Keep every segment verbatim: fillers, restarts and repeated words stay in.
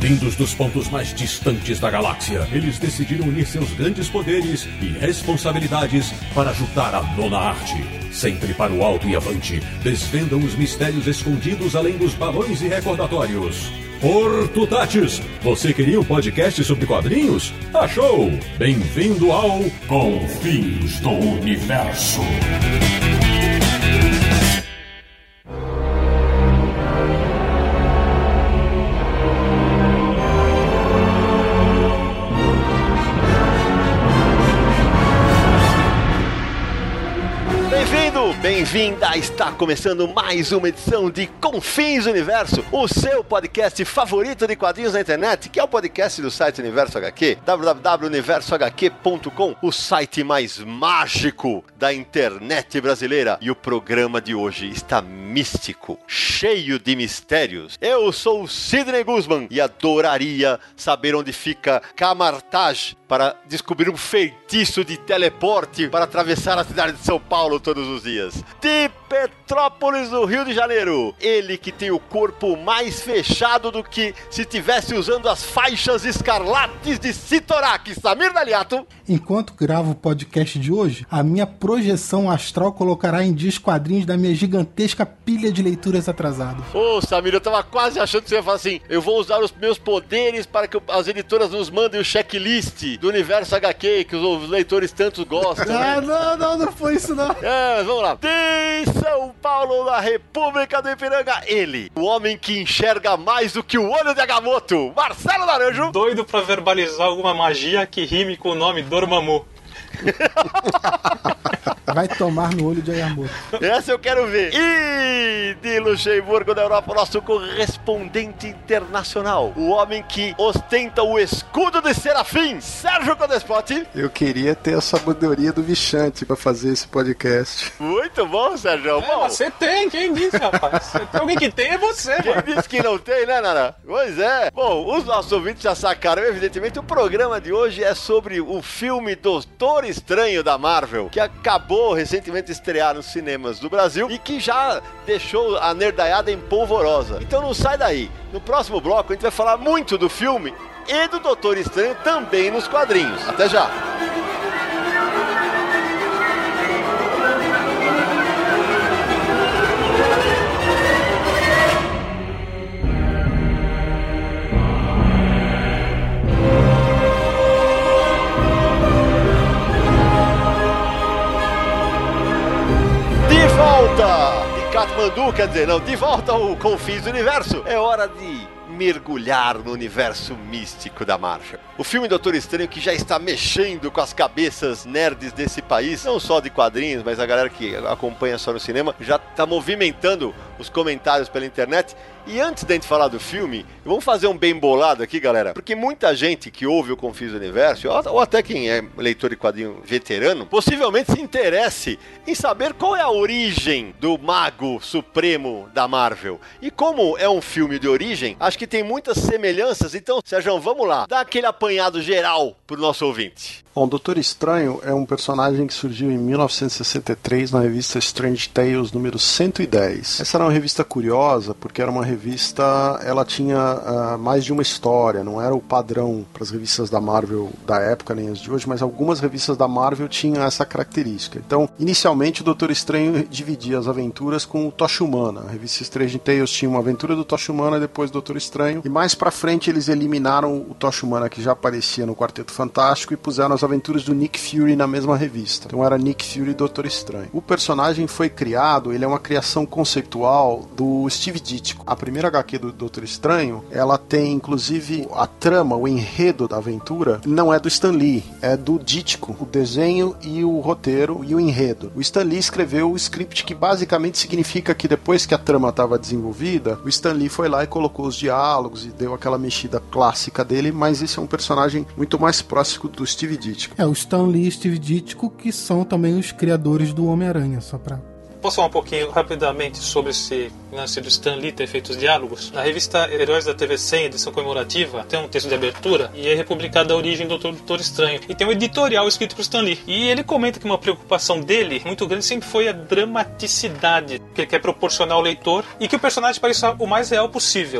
Vindos dos pontos mais distantes da galáxia, eles decidiram unir seus grandes poderes e responsabilidades para ajudar a nona arte. Sempre para o alto e avante, desvendam os mistérios escondidos além dos balões e recordatórios. Ortutatis, você queria um podcast sobre quadrinhos? Achou! Bem-vindo ao Confins do Universo. Bem-vinda! Está começando mais uma edição de Confins do Universo, o seu podcast favorito de quadrinhos na internet, que é o podcast do site Universo agá quê, w w w ponto universo agá quê ponto com, o site mais mágico da internet brasileira. E o programa de hoje está místico, cheio de mistérios. Eu sou o Sidney Guzman e adoraria saber onde fica Camartage para descobrir um feitiço de teleporte para atravessar a cidade de São Paulo todos os dias. De Petrópolis, no Rio de Janeiro, ele que tem o corpo mais fechado do que se estivesse usando as faixas escarlates de Sitorak, Samir Daliato. Enquanto gravo o podcast de hoje, a minha projeção astral colocará em dia os quadrinhos da minha gigantesca pilha de leituras atrasadas. Ô, oh, Samir, eu tava quase achando que você ia falar assim, eu vou usar os meus poderes para que as editoras nos mandem o checklist do Universo agá quê, que os leitores tanto gostam. Ah, não, não, não foi isso não. É, mas vamos lá. De São Paulo, na República do Ipiranga, ele, o homem que enxerga mais do que o olho de Agamotto, Marcelo Naranjo. Doido pra verbalizar alguma magia que rime com o nome Dormammu. Vai tomar no olho de Agamotto. Essa eu quero ver. E de Luxemburgo, da Europa, nosso correspondente internacional, o homem que ostenta o escudo de Serafim, Sérgio Codespotti. Eu queria ter a sabedoria do Vichante pra fazer esse podcast. Muito bom, Sérgio. É, bom, você tem, quem disse, rapaz? Tem alguém que tem, é você, quem mano. disse que não tem, né, Nara? Pois é. Bom, os nossos ouvintes já sacaram, evidentemente, o programa de hoje é sobre o filme Doutor Estranho da Marvel, que acabou recentemente de estrear nos cinemas do Brasil e que já deixou a nerdaiada em polvorosa. Então não sai daí. No próximo bloco a gente vai falar muito do filme e do Doutor Estranho também nos quadrinhos. Até já! De volta de Katmandu, quer dizer, não, de volta ao Confins do Universo. É hora de mergulhar no universo místico da Marvel. O filme Doutor Estranho, que já está mexendo com as cabeças nerds desse país, não só de quadrinhos, mas a galera que acompanha só no cinema, já está movimentando os comentários pela internet. E antes da gente falar do filme, vamos fazer um bem bolado aqui, galera, porque muita gente que ouve o Confins do Universo, ou até quem é leitor de quadrinho veterano, possivelmente se interesse em saber qual é a origem do Mago Supremo da Marvel. E como é um filme de origem, acho que tem muitas semelhanças. Então, Sérgio, vamos lá, dá aquele apanhado geral pro nosso ouvinte. Bom, Doutor Estranho é um personagem que surgiu em mil novecentos e sessenta e três na revista Strange Tales número cento e dez. Essa era uma revista curiosa, porque era uma revista, ela tinha uh, mais de uma história, não era o padrão para as revistas da Marvel da época, nem as de hoje, mas algumas revistas da Marvel tinham essa característica. Então, inicialmente, o Doutor Estranho dividia as aventuras com o Tocha Humana. A revista Strange Tales tinha uma aventura do Tocha Humana e depois do Doutor Estranho, e mais pra frente eles eliminaram o Tocha Humana, que já aparecia no Quarteto Fantástico, e puseram as aventuras do Nick Fury na mesma revista. Então era Nick Fury e Doutor Estranho. O personagem foi criado, ele é uma criação conceitual do Steve Ditko. A primeira agá quê do Doutor Estranho, ela tem inclusive a trama, o enredo da aventura, não é do Stan Lee, é do Ditko, o desenho e o roteiro e o enredo. O Stan Lee escreveu o script, que basicamente significa que depois que a trama estava desenvolvida, o Stan Lee foi lá e colocou os diálogos e deu aquela mexida clássica dele, mas esse é um personagem muito mais próximo do Steve Ditko. É, o Stan Lee e Steve Ditko, que são também os criadores do Homem-Aranha, só pra... Posso falar um pouquinho rapidamente sobre esse lance do Stan Lee ter feito os diálogos? Na revista Heróis da T V cem, edição comemorativa, tem um texto de abertura e é republicada a origem do Doutor Estranho. E tem um editorial escrito por Stan Lee. E ele comenta que uma preocupação dele, muito grande, sempre foi a dramaticidade que ele quer proporcionar ao leitor e que o personagem pareça o mais real possível.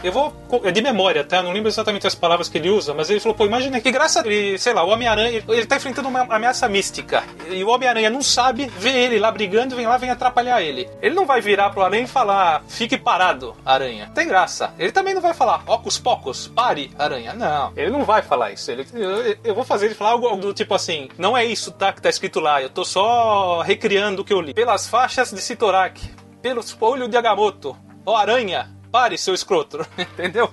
Eu vou... É de memória, tá? Não lembro exatamente as palavras que ele usa, mas ele falou, pô, imagina que graça... Ele, sei lá, o Homem-Aranha, ele tá enfrentando uma ameaça mística. E o Homem-Aranha não sabe, vê ele lá brigando, vem lá, vem atrapalhar ele. Ele não vai virar pro Aranha e falar, fique parado, Aranha. Tem graça. Ele também não vai falar, ocus pocos, pare, Aranha. Não, ele não vai falar isso. Ele, eu, eu vou fazer ele falar algo do tipo assim, não é isso, tá, que tá escrito lá, eu tô só recriando o que eu li. Pelas faixas de Sitorak, pelos olhos de Agamotto, ó Aranha, pare, seu escroto. Entendeu?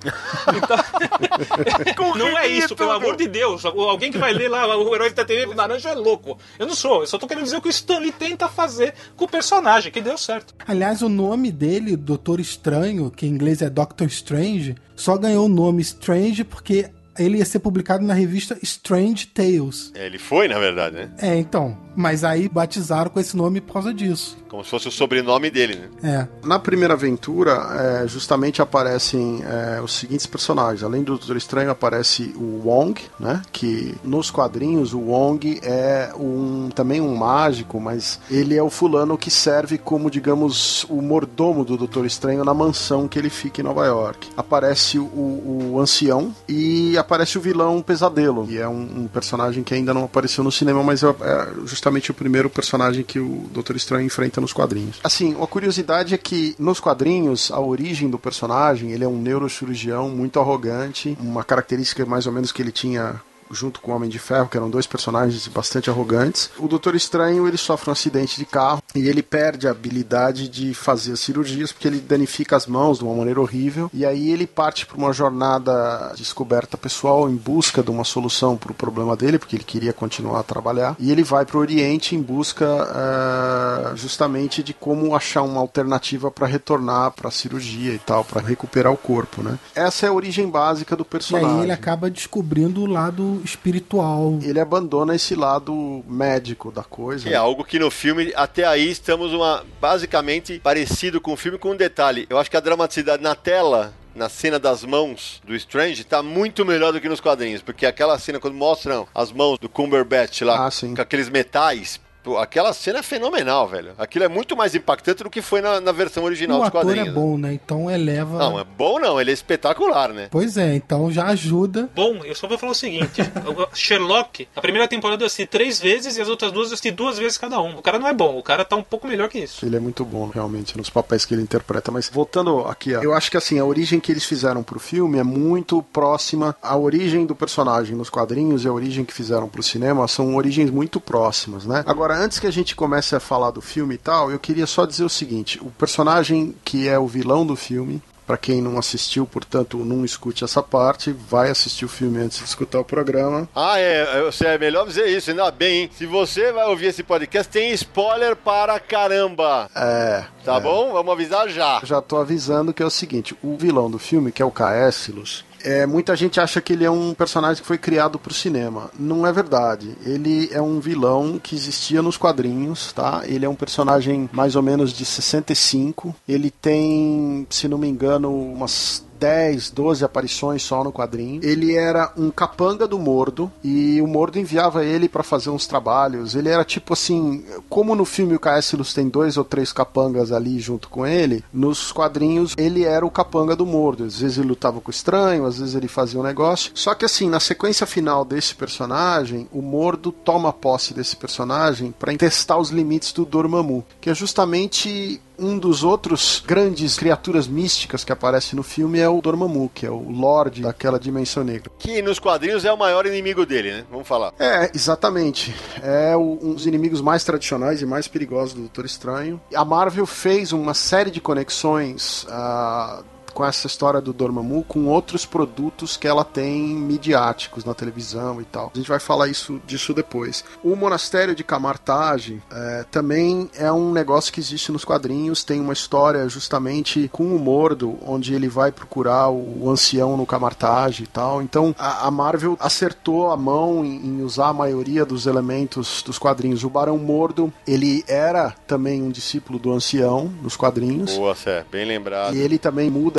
Então, não é isso, pelo amor de Deus. Alguém que vai ler lá o Herói da T V Naranja é louco. Eu não sou, eu só tô querendo dizer o que o Stan Lee tenta fazer com o personagem, que deu certo. Aliás, o nome dele, Doutor Estranho, que em inglês é Doctor Strange, só ganhou o nome Strange porque ele ia ser publicado na revista Strange Tales. É, ele foi, na verdade, né? É, então. Mas aí batizaram com esse nome por causa disso. Como se fosse o sobrenome dele, né? É. Na primeira aventura, é, justamente aparecem é, os seguintes personagens. Além do Doutor Estranho, aparece o Wong, né? Que nos quadrinhos, o Wong é um, também um mágico, mas ele é o fulano que serve como, digamos, o mordomo do Doutor Estranho na mansão que ele fica em Nova York. Aparece o, o ancião e aparece o vilão Pesadelo, que é um, um personagem que ainda não apareceu no cinema, mas é, é justamente o primeiro personagem que o Doutor Estranho enfrenta nos quadrinhos. Assim, uma curiosidade é que nos quadrinhos, a origem do personagem, ele é um neurocirurgião muito arrogante, uma característica mais ou menos que ele tinha junto com o Homem de Ferro, que eram dois personagens bastante arrogantes. O Doutor Estranho, ele sofre um acidente de carro e ele perde a habilidade de fazer as cirurgias porque ele danifica as mãos de uma maneira horrível, e aí ele parte para uma jornada de descoberta pessoal em busca de uma solução para o problema dele, porque ele queria continuar a trabalhar, e ele vai para o Oriente em busca uh, justamente de como achar uma alternativa para retornar para a cirurgia e tal, para recuperar o corpo, né? Essa é a origem básica do personagem. E aí ele acaba descobrindo o lado espiritual. Ele abandona esse lado médico da coisa. Que é algo que no filme, até aí, estamos uma, basicamente parecido com o filme, com um detalhe. Eu acho que a dramaticidade na tela, na cena das mãos do Strange, tá muito melhor do que nos quadrinhos, porque aquela cena quando mostram as mãos do Cumberbatch lá, ah, sim. com aqueles metais... Pô, aquela cena é fenomenal, velho. Aquilo é muito mais impactante do que foi na, na versão original dos quadrinhos. O ator é bom, né? Então eleva... Não, é bom não, ele é espetacular, né? Pois é, então já ajuda. Bom, eu só vou falar o seguinte. Sherlock, a primeira temporada eu assisti três vezes e as outras duas eu assisti duas vezes cada um. O cara não é bom, o cara tá um pouco melhor que isso. Ele é muito bom, realmente, nos papéis que ele interpreta. Mas voltando aqui, ó, eu acho que assim, a origem que eles fizeram pro filme é muito próxima à origem do personagem nos quadrinhos e a origem que fizeram pro cinema são origens muito próximas, né? Agora, antes que a gente comece a falar do filme e tal, eu queria só dizer o seguinte: o personagem que é o vilão do filme, pra quem não assistiu, portanto, não escute essa parte, vai assistir o filme antes de escutar o programa. Ah, é, você é melhor dizer isso, ainda bem, hein? Se você vai ouvir esse podcast, tem spoiler para caramba. É. Tá é. bom? Vamos avisar já. Já tô avisando que é o seguinte: o vilão do filme, que é o Caecilius, É, muita gente acha que ele é um personagem que foi criado para o cinema. Não é verdade. Ele é um vilão que existia nos quadrinhos, tá? Ele é um personagem mais ou menos de sessenta e cinco. Ele tem, se não me engano, umas dez, doze aparições só no quadrinho. Ele era um capanga do Mordo e o Mordo enviava ele para fazer uns trabalhos. Ele era tipo assim, como no filme o Caecilius tem dois ou três capangas ali junto com ele, nos quadrinhos ele era o capanga do Mordo. Às vezes ele lutava com o Estranho, às vezes ele fazia um negócio. Só que assim, na sequência final desse personagem, o Mordo toma posse desse personagem para testar os limites do Dormammu, que é justamente um dos outros grandes criaturas místicas que aparece no filme é o Dormammu, que é o Lorde daquela dimensão negra. Que nos quadrinhos é o maior inimigo dele, né? Vamos falar. É, exatamente. É o, um dos inimigos mais tradicionais e mais perigosos do Doutor Estranho. A Marvel fez uma série de conexões uh, com essa história do Dormammu com outros produtos que ela tem midiáticos na televisão e tal. A gente vai falar isso, disso depois. O Monastério de Camartage é, também é um negócio que existe nos quadrinhos, tem uma história justamente com o Mordo, onde ele vai procurar o, o ancião no Camartage e tal. Então a, a Marvel acertou a mão em, em usar a maioria dos elementos dos quadrinhos. O Barão Mordo, ele era também um discípulo do ancião nos quadrinhos. Boa, Sé, bem lembrado. E ele também muda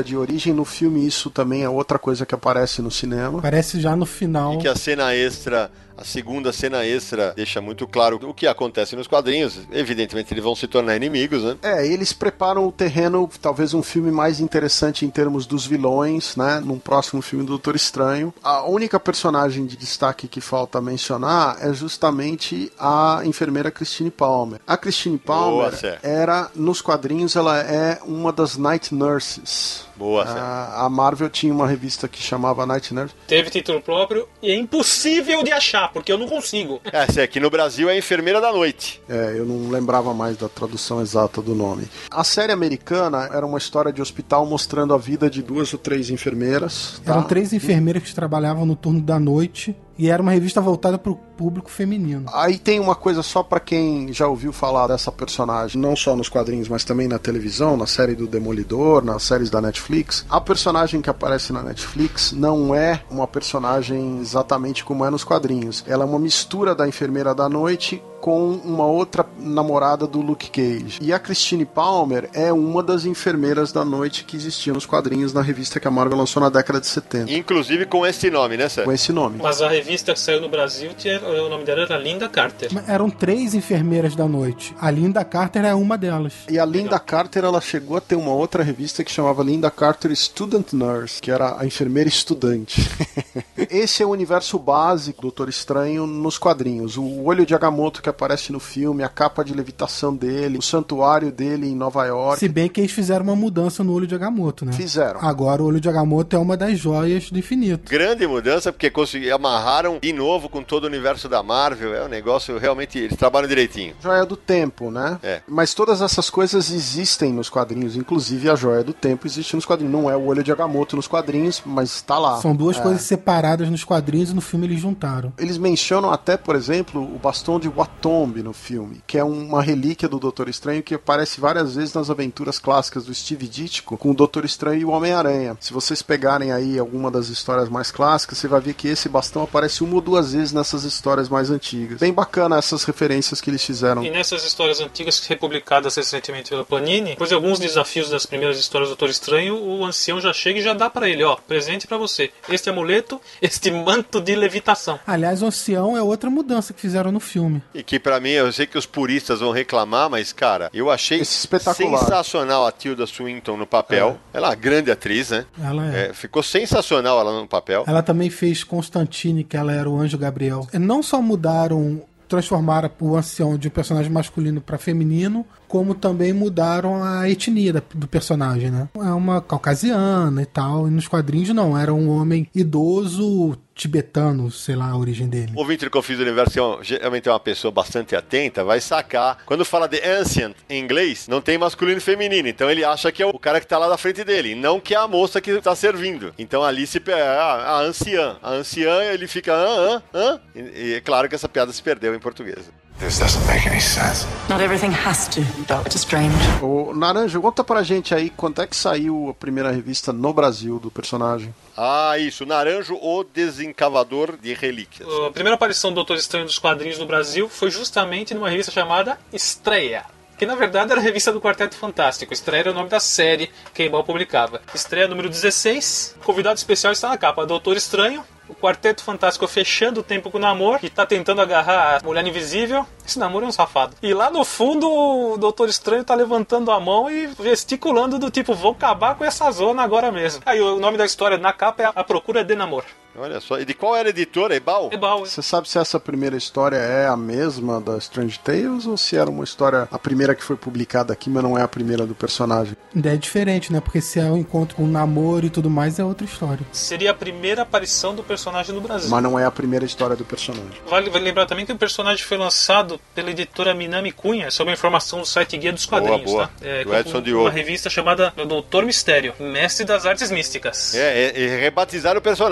de origem. No filme isso também é outra coisa que aparece no cinema. Aparece já no final. E que a cena extra... A segunda cena extra deixa muito claro o que acontece nos quadrinhos. Evidentemente, eles vão se tornar inimigos, né? É, eles preparam o terreno, talvez um filme mais interessante em termos dos vilões, né? Num próximo filme do Doutor Estranho. A única personagem de destaque que falta mencionar é justamente a enfermeira Christine Palmer. A Christine Palmer Boa, era, nos quadrinhos, ela é uma das Night Nurses. Boa, a, a Marvel tinha uma revista que chamava Night Nurse. Teve título próprio e é impossível de achar, porque eu não consigo. É, aqui no Brasil é Enfermeira da Noite. É, eu não lembrava mais da tradução exata do nome. A série americana era uma história de hospital mostrando a vida de duas ou três enfermeiras. Tá? Eram três enfermeiras que trabalhavam no turno da noite. E era uma revista voltada para o público feminino. Aí tem uma coisa só para quem já ouviu falar dessa personagem, não só nos quadrinhos, mas também na televisão, na série do Demolidor, nas séries da Netflix. A personagem que aparece na Netflix não é uma personagem exatamente como é nos quadrinhos. Ela é uma mistura da Enfermeira da Noite com uma outra namorada do Luke Cage. E a Christine Palmer é uma das enfermeiras da noite que existia nos quadrinhos na revista que a Marvel lançou na década de setenta. Inclusive com esse nome, né, Sérgio? Com esse nome. Mas a revista que saiu no Brasil, tinha, o nome dela era Linda Carter. Eram três enfermeiras da noite. A Linda Carter é uma delas. E a Linda Carter, ela chegou a ter uma outra revista que chamava Linda Carter Student Nurse, que era a enfermeira estudante. Esse é o universo básico do Doutor Estranho nos quadrinhos. O olho de Agamotto que aparece no filme, a capa de levitação dele, o santuário dele em Nova York. Se bem que eles fizeram uma mudança no olho de Agamotto, né? Fizeram. Agora o olho de Agamotto é uma das joias do infinito. Grande mudança, porque conseguiram, amarraram de novo com todo o universo da Marvel. É um negócio, realmente, eles trabalham direitinho. Joia do Tempo, né? É. Mas todas essas coisas existem nos quadrinhos, inclusive a Joia do Tempo existe nos quadrinhos. Não é o olho de Agamotto nos quadrinhos, mas está lá. São duas é. coisas separadas nos quadrinhos e no filme eles juntaram. Eles mencionam até, por exemplo, o bastão de Watombe no filme, que é uma relíquia do Doutor Estranho que aparece várias vezes nas aventuras clássicas do Steve Ditko com o Doutor Estranho e o Homem-Aranha. Se vocês pegarem aí alguma das histórias mais clássicas, você vai ver que esse bastão aparece uma ou duas vezes nessas histórias mais antigas. Bem bacana essas referências que eles fizeram. E nessas histórias antigas republicadas recentemente pela Panini, depois de alguns desafios das primeiras histórias do Doutor Estranho, o ancião já chega e já dá pra ele, ó, presente pra você. Este amuleto, este manto de levitação. Aliás, o ancião é outra mudança que fizeram no filme. E que pra mim, eu sei que os puristas vão reclamar, mas, cara, eu achei espetacular. Sensacional a Tilda Swinton no papel. É. Ela é uma grande atriz, né? Ela é. É, ficou sensacional ela no papel. Ela também fez Constantine, que ela era o Anjo Gabriel. Não só mudaram, transformaram o ancião de um personagem masculino para feminino, como também mudaram a etnia do personagem, né? É uma caucasiana e tal, e nos quadrinhos não, era um homem idoso tibetano, sei lá a origem dele. O ouvinte do Confis do Universo geralmente é uma pessoa bastante atenta, vai sacar. Quando fala de ancient em inglês, não tem masculino e feminino, então ele acha que é o cara que tá lá na frente dele, não que é a moça que tá servindo. Então ali se pega a, a anciã. A anciã, ele fica hã, hã, hã? E, e é claro que essa piada se perdeu em português. This doesn't make any sense. Not everything has to, Doctor Strange. Ô, Naranjo, conta pra gente aí quando é que saiu a primeira revista no Brasil do personagem. Ah, isso, Naranjo, o Desencavador de Relíquias. A primeira aparição do Doutor Estranho dos quadrinhos no Brasil foi justamente numa revista chamada Estreia, que na verdade era a revista do Quarteto Fantástico. Estreia era o nome da série que a Ebal publicava. Estreia número dezesseis, convidado especial está na capa, Doutor Estranho, o Quarteto Fantástico fechando o tempo com o namoro e tá tentando agarrar a Mulher Invisível. Esse namoro é um safado. E lá no fundo o Doutor Estranho tá levantando a mão e gesticulando do tipo, vou acabar com essa zona agora mesmo. Aí o nome da história na capa é A Procura de Namor. Olha só, e de qual era a editora? Ebal? Ebal. Você sabe se essa primeira história é a mesma da Strange Tales ou se era uma história, a primeira que foi publicada aqui, mas não é a primeira do personagem? É diferente, né? Porque se é um encontro com um namoro e tudo mais, é outra história. Seria a primeira aparição do personagem no Brasil. Mas não é a primeira história do personagem. Vale, vale lembrar também que o personagem foi lançado pela editora Minami Cunha, sob a informação do site Guia dos Quadrinhos, boa, boa. Tá? É, do Edson com, Diogo. Uma revista chamada Doutor Mistério, Mestre das Artes Místicas. É, é, é rebatizar o personagem. Chama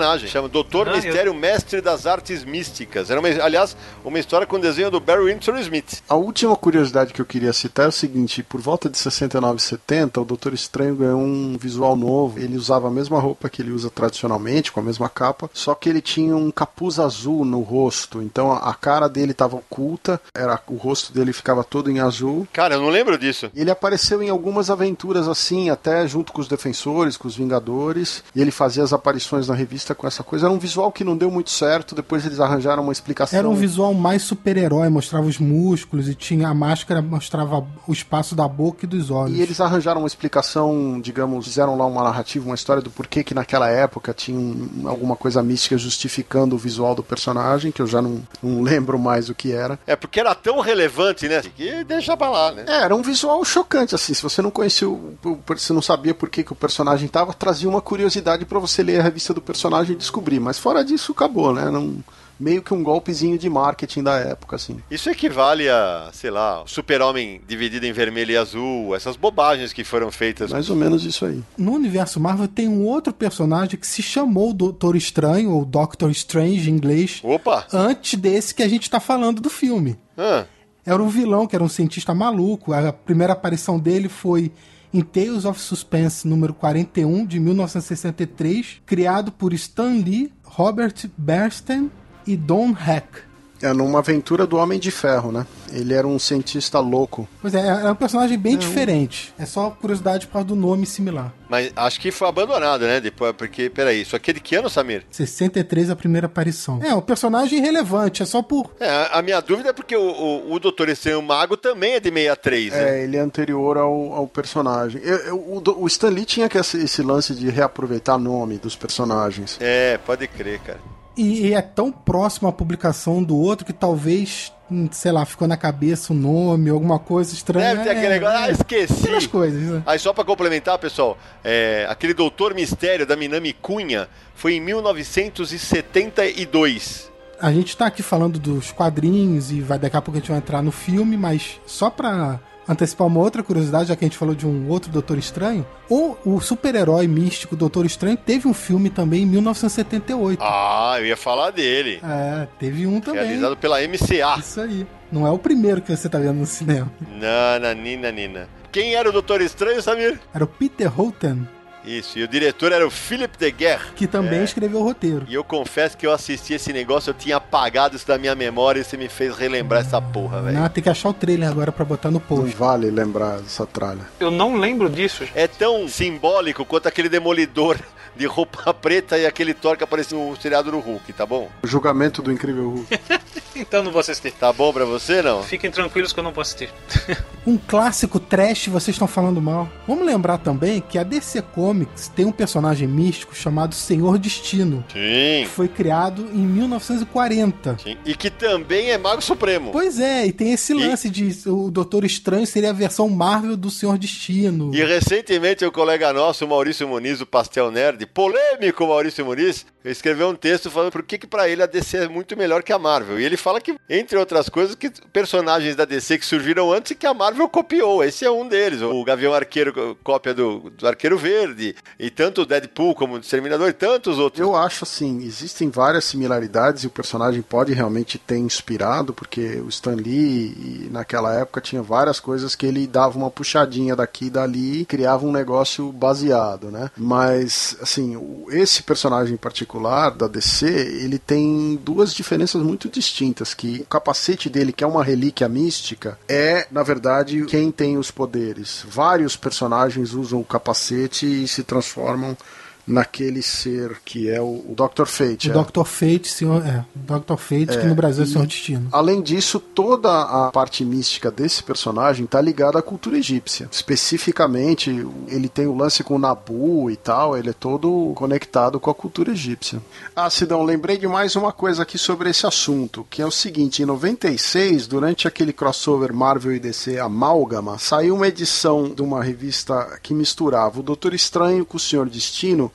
Doutor Ah, Mistério, eu... Mestre das Artes Místicas. Era, uma, aliás, uma história com desenho do Barry Windsor Smith. A última curiosidade que eu queria citar é o seguinte, por volta de sessenta e nove e setenta, o Doutor Estranho ganhou um visual novo. Ele usava a mesma roupa que ele usa tradicionalmente, com a mesma capa, só que ele tinha um capuz azul no rosto. Então a cara dele estava oculta, era, o rosto dele ficava todo em azul. Cara, eu não lembro disso. Ele apareceu em algumas aventuras assim, até junto com os Defensores, com os Vingadores, e ele fazia as aparições na revista com essa coisa. Era um visual que não deu muito certo, depois eles arranjaram uma explicação. Era um visual mais super-herói, mostrava os músculos e tinha a máscara, mostrava o espaço da boca e dos olhos. E eles arranjaram uma explicação, digamos, fizeram lá uma narrativa, uma história do porquê que naquela época tinha um, alguma coisa mística justificando o visual do personagem, que eu já não, não lembro mais o que era. É, porque era tão relevante, né? Que deixa pra lá, né? É, era um visual chocante, assim, se você não conhecia, o, você não sabia por que, que o personagem tava, trazia uma curiosidade pra você ler a revista do personagem e descobrir, mas fora disso acabou, né? Não... meio que um golpezinho de marketing da época, assim. Isso equivale a, sei lá, Super-Homem dividido em vermelho e azul, essas bobagens que foram feitas. Mais ou menos isso aí. No universo Marvel tem um outro personagem que se chamou Doutor Estranho, ou Doctor Strange em inglês. Opa! Antes desse que a gente tá falando do filme. Ah. Era um vilão, que era um cientista maluco. A primeira aparição dele foi em Tales of Suspense número quarenta e um, de mil novecentos e sessenta e três, criado por Stan Lee, Robert Bernstein e Don Heck. É numa aventura do Homem de Ferro, né? Ele era um cientista louco. Pois é, é um personagem bem é diferente. Um... É só curiosidade por causa do nome similar. Mas acho que foi abandonado, né? Depois, porque, peraí, isso aqui é de que ano, Samir? sessenta e três a primeira aparição. É, um personagem irrelevante, é só por... É, a minha dúvida é porque o, o, o Doutor Estranho Mago também é de sessenta e três, né? É, ele é anterior ao, ao personagem. Eu, eu, o, o Stan Lee tinha que esse, esse lance de reaproveitar nome dos personagens. É, pode crer, cara. E, e é tão próximo a publicação do outro que talvez, sei lá, ficou na cabeça o nome, alguma coisa estranha. Deve ter aquele é, negócio, é, ah, esqueci. Aquelas coisas, né? Aí só pra complementar, pessoal, é, aquele Doutor Mistério da Minami Cunha foi em mil novecentos e setenta e dois. A gente tá aqui falando dos quadrinhos e vai, daqui a pouco a gente vai entrar no filme, mas só pra antecipar uma outra curiosidade, já que a gente falou de um outro Doutor Estranho, o, o super-herói místico Doutor Estranho teve um filme também em mil novecentos e setenta e oito. Ah, eu ia falar dele. É, teve um também. Realizado pela M C A. Isso aí. Não é o primeiro que você tá vendo no cinema. Nana, nina, nina. Quem era o Doutor Estranho, Samir? Era o Peter Houghton. Isso, e o diretor era o Philip de Guerre. Que também é. escreveu o roteiro. E eu confesso que eu assisti esse negócio, eu tinha apagado isso da minha memória e você me fez relembrar essa porra, velho. Não, tem que achar o trailer agora pra botar no post. Não vale lembrar dessa tralha. Eu não lembro disso. É tão simbólico quanto aquele Demolidor de roupa preta e aquele Thor que apareceu no seriado do Hulk, tá bom? O julgamento do Incrível Hulk. Então não vou assistir. Tá bom pra você, não? Fiquem tranquilos que eu não vou assistir. Um clássico trash, vocês estão falando mal. Vamos lembrar também que a D C Comics tem um personagem místico chamado Senhor Destino. Sim. Que foi criado em mil novecentos e quarenta. Sim. E que também é Mago Supremo. Pois é, e tem esse lance e... de o Doutor Estranho seria a versão Marvel do Senhor Destino. E recentemente o colega nosso, o Maurício Muniz, o Pastel Nerd, polêmico Maurício Muniz, escreveu um texto falando por que que pra ele a D C é muito melhor que a Marvel. E ele fala que, entre outras coisas, que personagens da D C que surgiram antes e que a Marvel copiou. Esse é um deles. O Gavião Arqueiro, cópia do, do Arqueiro Verde, e tanto o Deadpool como o Exterminador e tantos outros. Eu acho assim, existem várias similaridades e o personagem pode realmente ter inspirado, porque o Stan Lee, naquela época, tinha várias coisas que ele dava uma puxadinha daqui e dali e criava um negócio baseado, né? Mas, assim, esse personagem em particular da D C, ele tem duas diferenças muito distintas, que o capacete dele, que é uma relíquia mística, é, na verdade, quem tem os poderes. Vários personagens usam o capacete e se transformam naquele ser que é o, o doutor Fate. O é. doutor Fate, senhor, é, doutor Fate, é, que no Brasil é Senhor Destino. Além disso, toda a parte mística desse personagem está ligada à cultura egípcia. Especificamente, ele tem o lance com o Nabu e tal, ele é todo conectado com a cultura egípcia. Ah, Sidão, lembrei de mais uma coisa aqui sobre esse assunto, que é o seguinte, em noventa e seis, durante aquele crossover Marvel e D C Amálgama, saiu uma edição de uma revista que misturava o Doutor Estranho com o Senhor Destino,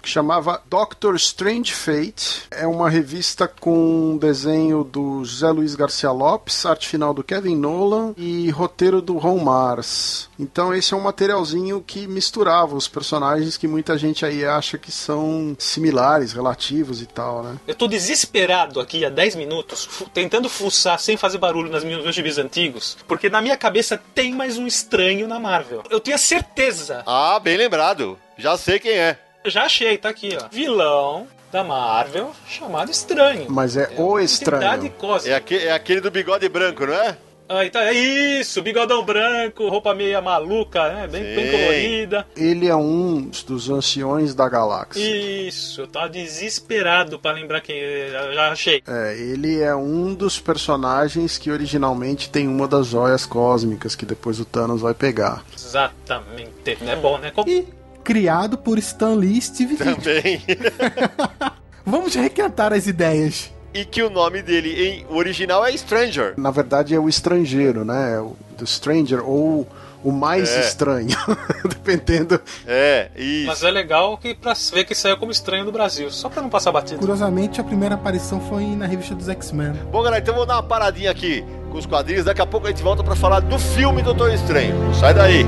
que chamava Doctor Strange Fate. É uma revista com desenho do José Luiz Garcia Lopes, arte final do Kevin Nolan e roteiro do Ron Mars. Então esse é um materialzinho que misturava os personagens que muita gente aí acha que são similares, relativos e tal, né? Eu tô desesperado aqui há dez minutos, fu- tentando fuçar sem fazer barulho nas minhas, meus gibis antigos, porque na minha cabeça tem mais um estranho na Marvel. Eu tenho a certeza. Ah, bem lembrado. Já sei quem é. Já achei, tá aqui, ó. Vilão da Marvel chamado Estranho. Mas é o Estranho. Entidade cósmica. É, aque- é aquele do bigode branco, não é? Ah, então é isso, bigodão branco, roupa meia maluca, né? Bem, bem colorida. Ele é um dos anciões da galáxia. Isso, eu tava desesperado pra lembrar quem. Já, já achei. É, ele é um dos personagens que originalmente tem uma das joias cósmicas que depois o Thanos vai pegar. Exatamente. É bom, né? Como... E criado por Stan Lee e Steve Ditko. Também. Vamos requentar as ideias. E que o nome dele em o original é Stranger. Na verdade é o estrangeiro, né? É o do Stranger ou o mais É. estranho, dependendo. É, isso. Mas é legal que pra ver que saiu como Estranho do Brasil, só pra não passar batido. Curiosamente, a primeira aparição foi na revista dos X-Men. Bom, galera, então vamos dar uma paradinha aqui com os quadrinhos. Daqui a pouco a gente volta pra falar do filme Doutor Estranho. Não sai daí.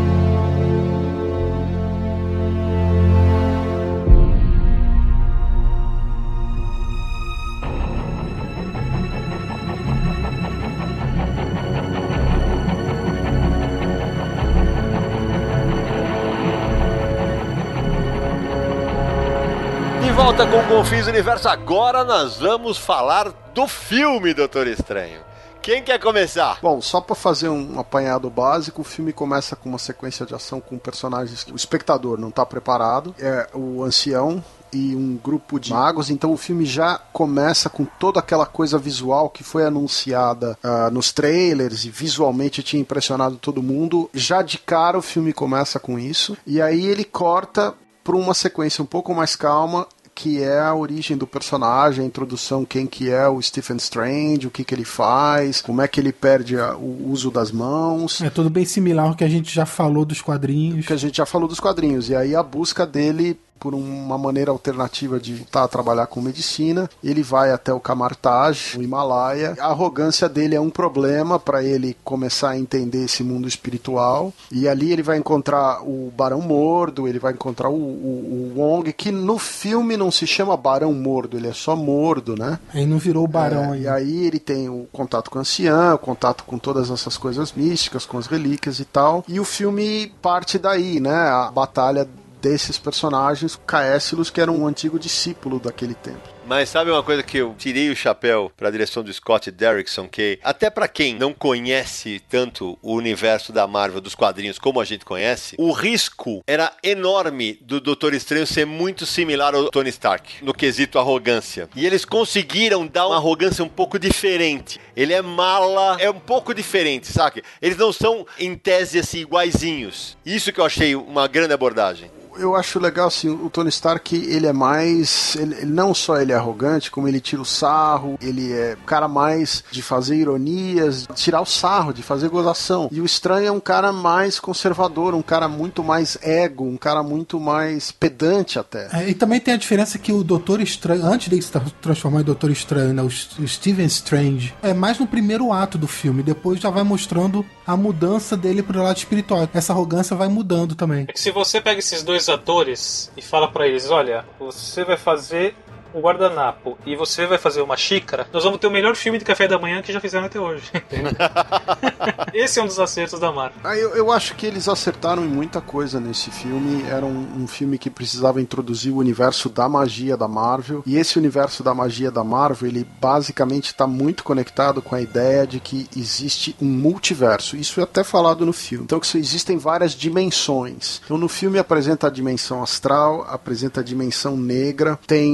De volta com o Confins Universo. Agora nós vamos falar do filme Doutor Estranho. Quem quer começar? Bom, só pra fazer um apanhado básico, o filme começa com uma sequência de ação com personagens que o espectador não tá preparado. É o ancião e um grupo de magos, então o filme já começa com toda aquela coisa visual que foi anunciada uh, nos trailers e visualmente tinha impressionado todo mundo. Já de cara o filme começa com isso, e aí ele corta para uma sequência um pouco mais calma, que é a origem do personagem, a introdução, quem que é o Stephen Strange, o que que ele faz, como é que ele perde a, o uso das mãos. É tudo bem similar ao que a gente já falou dos quadrinhos. Que a gente já falou dos quadrinhos, e aí a busca dele por uma maneira alternativa de voltar a trabalhar com medicina. Ele vai até o Kamartaj, o Himalaia. A arrogância dele é um problema para ele começar a entender esse mundo espiritual. E ali ele vai encontrar o Barão Mordo, ele vai encontrar o, o, o Wong, que no filme não se chama Barão Mordo, ele é só Mordo, né? Aí não virou o Barão É, aí. e aí ele tem o contato com o ancião, o contato com todas essas coisas místicas, com as relíquias e tal. E o filme parte daí, né? A batalha desses personagens, Caécilos, que era um antigo discípulo daquele templo. Mas sabe uma coisa que eu tirei o chapéu para a direção do Scott Derrickson, que até para quem não conhece tanto o universo da Marvel, dos quadrinhos, como a gente conhece, o risco era enorme do Doutor Estranho ser muito similar ao Tony Stark, no quesito arrogância. E eles conseguiram dar uma arrogância um pouco diferente. Ele é mala, é um pouco diferente, sabe? Eles não são, em tese, assim, iguaizinhos. Isso que eu achei uma grande abordagem. Eu acho legal, assim, o Tony Stark, ele é mais... Ele, ele não só ele é arrogante, como ele tira o sarro, ele é um cara mais de fazer ironias, tirar o sarro, de fazer gozação. E o Estranho é um cara mais conservador, um cara muito mais ego, um cara muito mais pedante até. É, e também tem a diferença que o Doutor Estranho, antes de se tra- transformar em Doutor Estranho, né, o, S- o Stephen Strange, é mais no primeiro ato do filme, depois já vai mostrando a mudança dele pro lado espiritual. Essa arrogância vai mudando também. É que se você pega esses dois atores e fala pra eles, olha, você vai fazer um guardanapo e você vai fazer uma xícara, nós vamos ter o melhor filme de café da manhã que já fizeram até hoje. Esse é um dos acertos da Marvel. Ah, eu, eu acho que eles acertaram em muita coisa nesse filme. Era um, um filme que precisava introduzir o universo da magia da Marvel. E esse universo da magia da Marvel, ele basicamente está muito conectado com a ideia de que existe um multiverso. Isso é até falado no filme. Então que existem várias dimensões. Então no filme apresenta a dimensão astral, apresenta a dimensão negra. Tem uma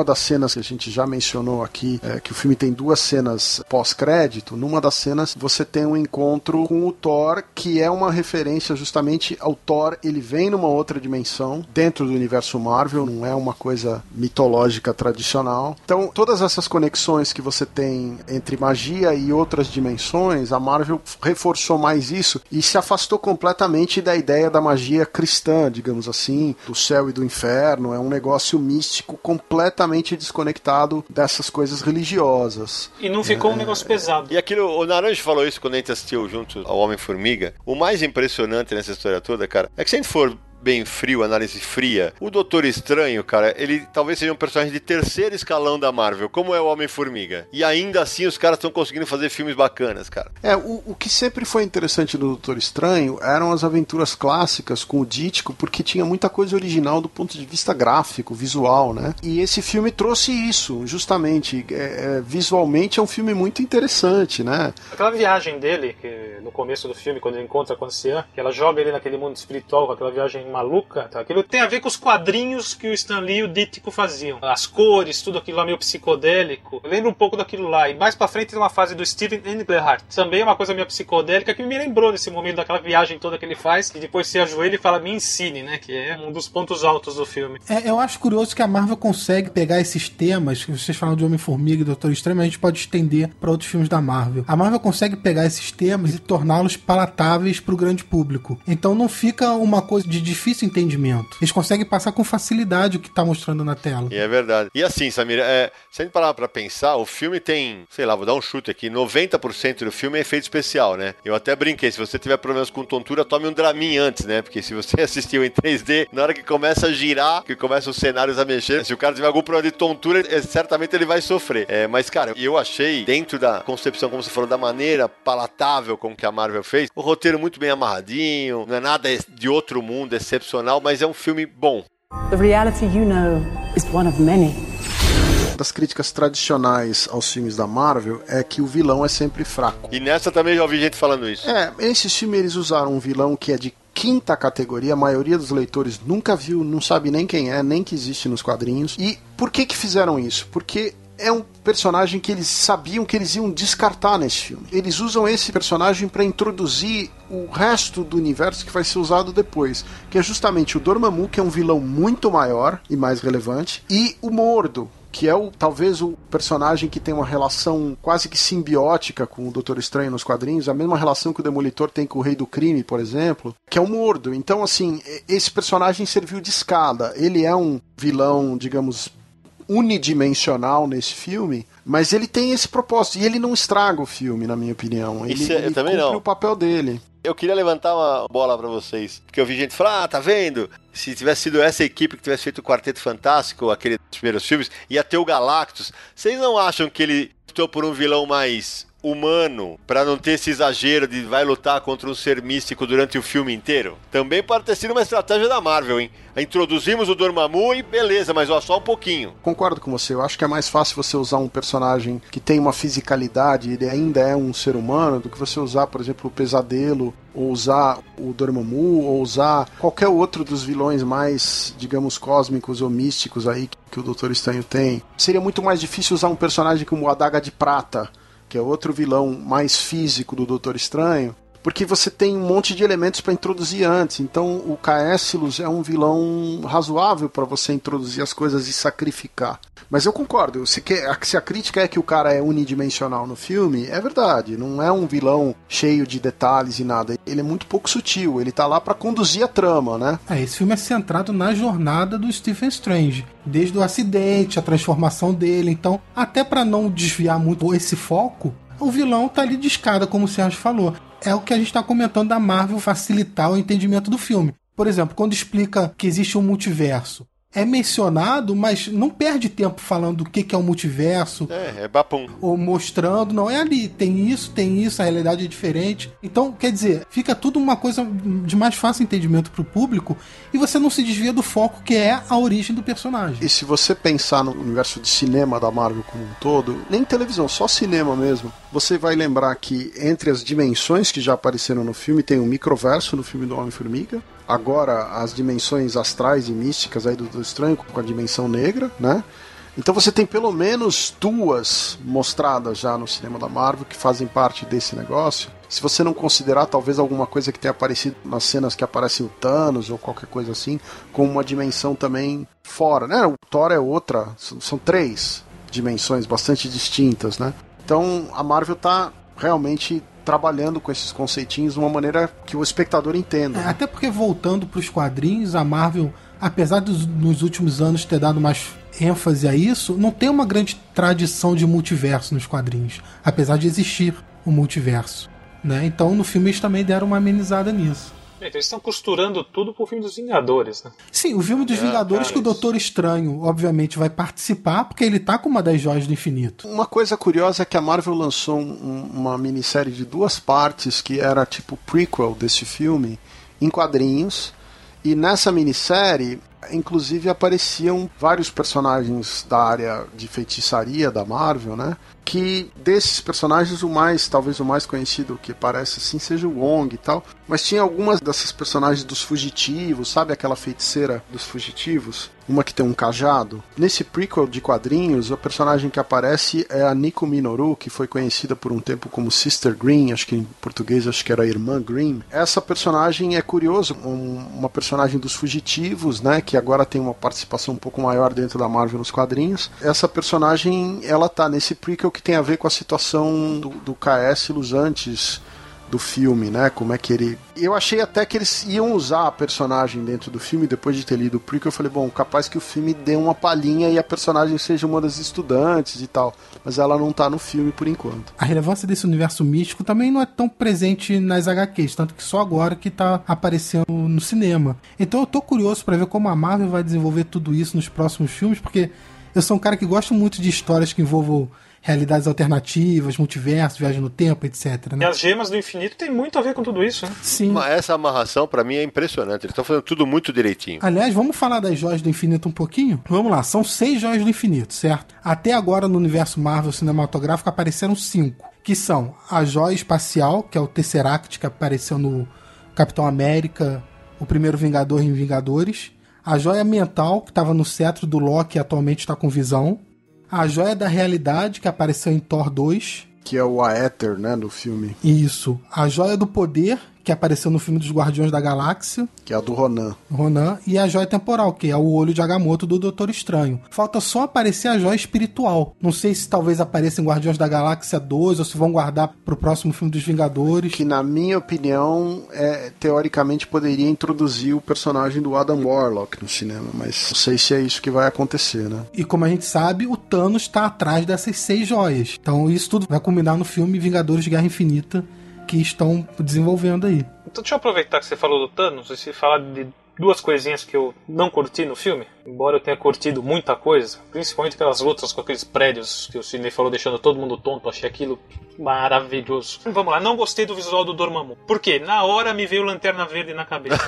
das cenas que a gente já mencionou aqui, é, que o filme tem duas cenas pós-crédito, numa das cenas você tem um encontro com o Thor, que é uma referência justamente ao Thor, ele vem numa outra dimensão, dentro do universo Marvel, não é uma coisa mitológica tradicional. Então, todas essas conexões que você tem entre magia e outras dimensões, a Marvel reforçou mais isso e se afastou completamente da ideia da magia cristã, digamos assim, do céu e do inferno. É um negócio místico completamente desconectado dessas coisas religiosas. E não ficou é... um negócio pesado. E aquilo, o Naranjo falou isso quando a gente assistiu junto ao Homem-Formiga. O mais impressionante nessa história toda, cara, é que se a gente for bem frio, análise fria, o Doutor Estranho, cara, ele talvez seja um personagem de terceiro escalão da Marvel, como é o Homem-Formiga. E ainda assim os caras estão conseguindo fazer filmes bacanas, cara. É, o, o que sempre foi interessante do Doutor Estranho eram as aventuras clássicas com o Dítico, porque tinha muita coisa original do ponto de vista gráfico, visual, né? E esse filme trouxe isso, justamente. É, é, visualmente é um filme muito interessante, né? Aquela viagem dele, que no começo do filme, quando ele encontra com a Anciã, que ela joga ele naquele mundo espiritual, com aquela viagem maluca, tá? Aquilo tem a ver com os quadrinhos que o Stan Lee e o Dítico faziam. As cores, tudo aquilo lá meio psicodélico. Lembra um pouco daquilo lá. E mais pra frente tem uma fase do Steven Englehart. Também é uma coisa meio psicodélica que me lembrou nesse momento daquela viagem toda que ele faz, e depois se ajoelha e fala, me ensine, né? Que é um dos pontos altos do filme. É, eu acho curioso que a Marvel consegue pegar esses temas, que vocês falam de Homem-Formiga e Doutor Estranho, mas a gente pode estender pra outros filmes da Marvel. A Marvel consegue pegar esses temas e torná-los palatáveis pro grande público. Então não fica uma coisa de difícil entendimento. Eles conseguem passar com facilidade o que tá mostrando na tela. E é verdade. E assim, Samir, é, se a gente parar pra pensar, o filme tem, sei lá, vou dar um chute aqui, noventa por cento do filme é efeito especial, né? Eu até brinquei, se você tiver problemas com tontura, tome um Dramin antes, né? Porque se você assistiu em três D, na hora que começa a girar, que começa os cenários a mexer, se o cara tiver algum problema de tontura, é, certamente ele vai sofrer. É, mas, cara, eu achei, dentro da concepção, como você falou, da maneira palatável com que a Marvel fez, o roteiro muito bem amarradinho, não é nada de outro mundo, é excepcional, mas é um filme bom. The reality you know is one of many. Das críticas tradicionais aos filmes da Marvel é que o vilão é sempre fraco. E nessa também já ouvi gente falando isso. É, esses filmes eles usaram um vilão que é de quinta categoria, a maioria dos leitores nunca viu, não sabe nem quem é, nem que existe nos quadrinhos. E por que que fizeram isso? Porque é um personagem que eles sabiam que eles iam descartar nesse filme. Eles usam esse personagem para introduzir o resto do universo que vai ser usado depois, que é justamente o Dormammu, que é um vilão muito maior e mais relevante, e o Mordo, que é o, talvez o personagem que tem uma relação quase que simbiótica com o Doutor Estranho nos quadrinhos, a mesma relação que o Demolidor tem com o Rei do Crime, por exemplo, que é o Mordo. Então, assim, esse personagem serviu de escada. Ele é um vilão, digamos, unidimensional nesse filme, mas ele tem esse propósito, e ele não estraga o filme, na minha opinião. Ele, Isso é, ele também cumpre não. o papel dele. Eu queria levantar uma bola pra vocês, porque eu vi gente falar, ah, tá vendo? Se tivesse sido essa equipe que tivesse feito o Quarteto Fantástico, aqueles primeiros filmes, ia ter o Galactus. Vocês não acham que ele optou por um vilão mais humano, pra não ter esse exagero de vai lutar contra um ser místico durante o filme inteiro? Também pode ter sido uma estratégia da Marvel, hein? Introduzimos o Dormammu e beleza, mas ó, só um pouquinho. Concordo com você, eu acho que é mais fácil você usar um personagem que tem uma fisicalidade, ele ainda é um ser humano, do que você usar, por exemplo, o Pesadelo, ou usar o Dormammu, ou usar qualquer outro dos vilões mais, digamos, cósmicos ou místicos aí que, que o Doutor Estranho tem. Seria muito mais difícil usar um personagem como o Adaga de Prata, que é outro vilão mais físico do Doutor Estranho, porque você tem um monte de elementos para introduzir antes. Então o Caecilius é um vilão razoável para você introduzir as coisas e sacrificar. Mas eu concordo, se, que, se a crítica é que o cara é unidimensional no filme, é verdade, não é um vilão cheio de detalhes e nada. Ele é muito pouco sutil, ele tá lá para conduzir a trama, né? É, esse filme é centrado na jornada do Stephen Strange, desde o acidente, a transformação dele. Então, até para não desviar muito esse foco, o vilão tá ali de escada, como o Sérgio falou. É o que a gente tá comentando da Marvel facilitar o entendimento do filme. Por exemplo, quando explica que existe um multiverso, é mencionado, mas não perde tempo falando o que, que é o multiverso. É, é bapum. Ou mostrando, não, é ali, tem isso, tem isso, a realidade é diferente. Então, quer dizer, fica tudo uma coisa de mais fácil entendimento pro público e você não se desvia do foco que é a origem do personagem. E se você pensar no universo de cinema da Marvel como um todo, nem televisão, só cinema mesmo, você vai lembrar que entre as dimensões que já apareceram no filme, tem um microverso no filme do Homem-Formiga. Agora, as dimensões astrais e místicas aí do, do Estranho, com a dimensão negra, né? Então você tem pelo menos duas mostradas já no cinema da Marvel que fazem parte desse negócio. Se você não considerar talvez alguma coisa que tenha aparecido nas cenas que aparece o Thanos ou qualquer coisa assim, com uma dimensão também fora, né? O Thor é outra, são três dimensões bastante distintas, né? Então a Marvel tá realmente trabalhando com esses conceitinhos de uma maneira que o espectador entenda. É, né? Até porque, voltando para os quadrinhos, a Marvel, apesar de nos últimos anos ter dado mais ênfase a isso, não tem uma grande tradição de multiverso nos quadrinhos, apesar de existir o multiverso, né? Então no filme eles também deram uma amenizada nisso. Então, eles estão costurando tudo pro filme dos Vingadores, né? Sim, o filme dos é, Vingadores, cara, que o Doutor Estranho obviamente vai participar, porque ele tá com uma das joias do infinito. Uma coisa curiosa é que a Marvel lançou um, uma minissérie de duas partes que era tipo prequel desse filme, em quadrinhos, e nessa minissérie inclusive apareciam vários personagens da área de feitiçaria da Marvel, né? Que desses personagens, o mais, talvez o mais conhecido que parece assim, seja o Wong e tal. Mas tinha algumas dessas personagens dos fugitivos, sabe aquela feiticeira dos fugitivos? Uma que tem um cajado. Nesse prequel de quadrinhos, o personagem que aparece é a Nico Minoru, que foi conhecida por um tempo como Sister Green, acho que em português acho que era a Irmã Green. Essa personagem é curioso, um, uma personagem dos fugitivos, né? Que agora tem uma participação um pouco maior dentro da Marvel nos quadrinhos. Essa personagem, ela tá nesse prequel que tem a ver com a situação do, do Caecilius antes do filme, né? Como é que ele... Eu achei até que eles iam usar a personagem dentro do filme, depois de ter lido o prequel, eu falei, bom, capaz que o filme dê uma palhinha e a personagem seja uma das estudantes e tal, mas ela não tá no filme por enquanto. A relevância desse universo místico também não é tão presente nas agá quês, tanto que só agora que tá aparecendo no cinema. Então eu tô curioso pra ver como a Marvel vai desenvolver tudo isso nos próximos filmes, porque eu sou um cara que gosta muito de histórias que envolvam realidades alternativas, multiverso, viagem no tempo, etcétera. Né? E as gemas do infinito tem muito a ver com tudo isso, né? Sim. Essa amarração, pra mim, é impressionante. Eles estão fazendo tudo muito direitinho. Aliás, vamos falar das joias do infinito um pouquinho? Vamos lá, são seis joias do infinito, certo? Até agora, no universo Marvel cinematográfico, apareceram cinco, que são a joia espacial, que é o Tesseract, que apareceu no Capitão América, o primeiro Vingador em Vingadores. A joia mental, que estava no cetro do Loki e atualmente está com Visão. A joia da realidade, que apareceu em Thor dois. Que é o Aether, né, no filme. Isso. A joia do poder, que apareceu no filme dos Guardiões da Galáxia. Que é a do Ronan. Ronan. E a joia temporal, que é o olho de Agamotto do Doutor Estranho. Falta só aparecer a joia espiritual. Não sei se talvez apareça em Guardiões da Galáxia dois ou se vão guardar pro próximo filme dos Vingadores. Que, na minha opinião, é, teoricamente poderia introduzir o personagem do Adam Warlock no cinema, mas não sei se é isso que vai acontecer, né? E como a gente sabe, o Thanos está atrás dessas seis joias. Então isso tudo vai culminar no filme Vingadores de Guerra Infinita, que estão desenvolvendo aí. Então deixa eu aproveitar que você falou do Thanos e falar de duas coisinhas que eu não curti no filme, embora eu tenha curtido muita coisa, principalmente pelas lutas com aqueles prédios que o Sidney falou, deixando todo mundo tonto. Achei aquilo maravilhoso. Vamos lá, não gostei do visual do Dormammu. Por quê? Na hora me veio Lanterna Verde na cabeça.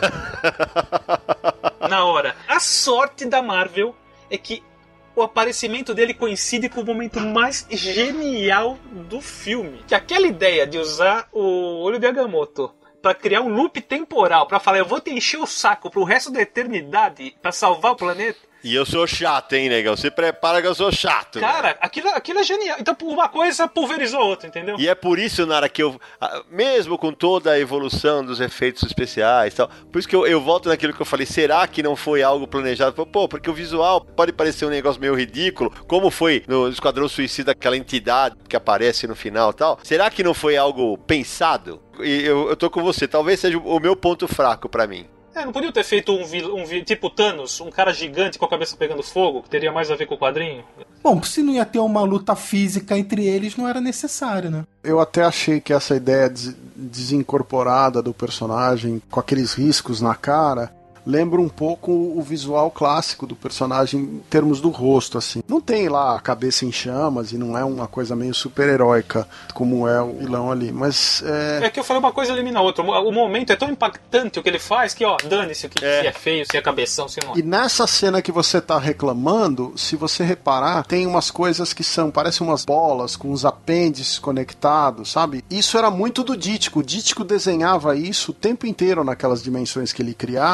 Na hora. A sorte da Marvel é que o aparecimento dele coincide com o momento mais genial do filme. Que aquela ideia de usar o olho de Agamotto pra criar um loop temporal, pra falar, eu vou te encher o saco pro resto da eternidade pra salvar o planeta. E eu sou chato, hein, negão? Você prepara que eu sou chato. Cara, aquilo, aquilo é genial. Então uma coisa pulverizou a outra, entendeu? E é por isso, Nara, que eu, mesmo com toda a evolução dos efeitos especiais e tal, por isso que eu, eu volto naquilo que eu falei, será que não foi algo planejado? Pô, porque o visual pode parecer um negócio meio ridículo, como foi no Esquadrão Suicida, aquela entidade que aparece no final e tal. Será que não foi algo pensado? E eu, eu tô com você, talvez seja o meu ponto fraco pra mim. É, não podia ter feito um, um, um tipo Thanos, um cara gigante com a cabeça pegando fogo, que teria mais a ver com o quadrinho? Bom, se não ia ter uma luta física entre eles, não era necessário, né? Eu até achei que essa ideia des- desincorporada do personagem, com aqueles riscos na cara, lembra um pouco o visual clássico do personagem em termos do rosto, assim. Não tem lá a cabeça em chamas e não é uma coisa meio super-heróica como é o vilão ali, mas... É, é que eu falei uma coisa elimina a outra. O momento é tão impactante o que ele faz que, ó, dane-se o que é. Se é feio, se é cabeção, se não é. E nessa cena que você tá reclamando, se você reparar, tem umas coisas que são, parecem umas bolas com os apêndices conectados, sabe? Isso era muito do Dítico. O Dítico desenhava isso o tempo inteiro naquelas dimensões que ele criava. Bem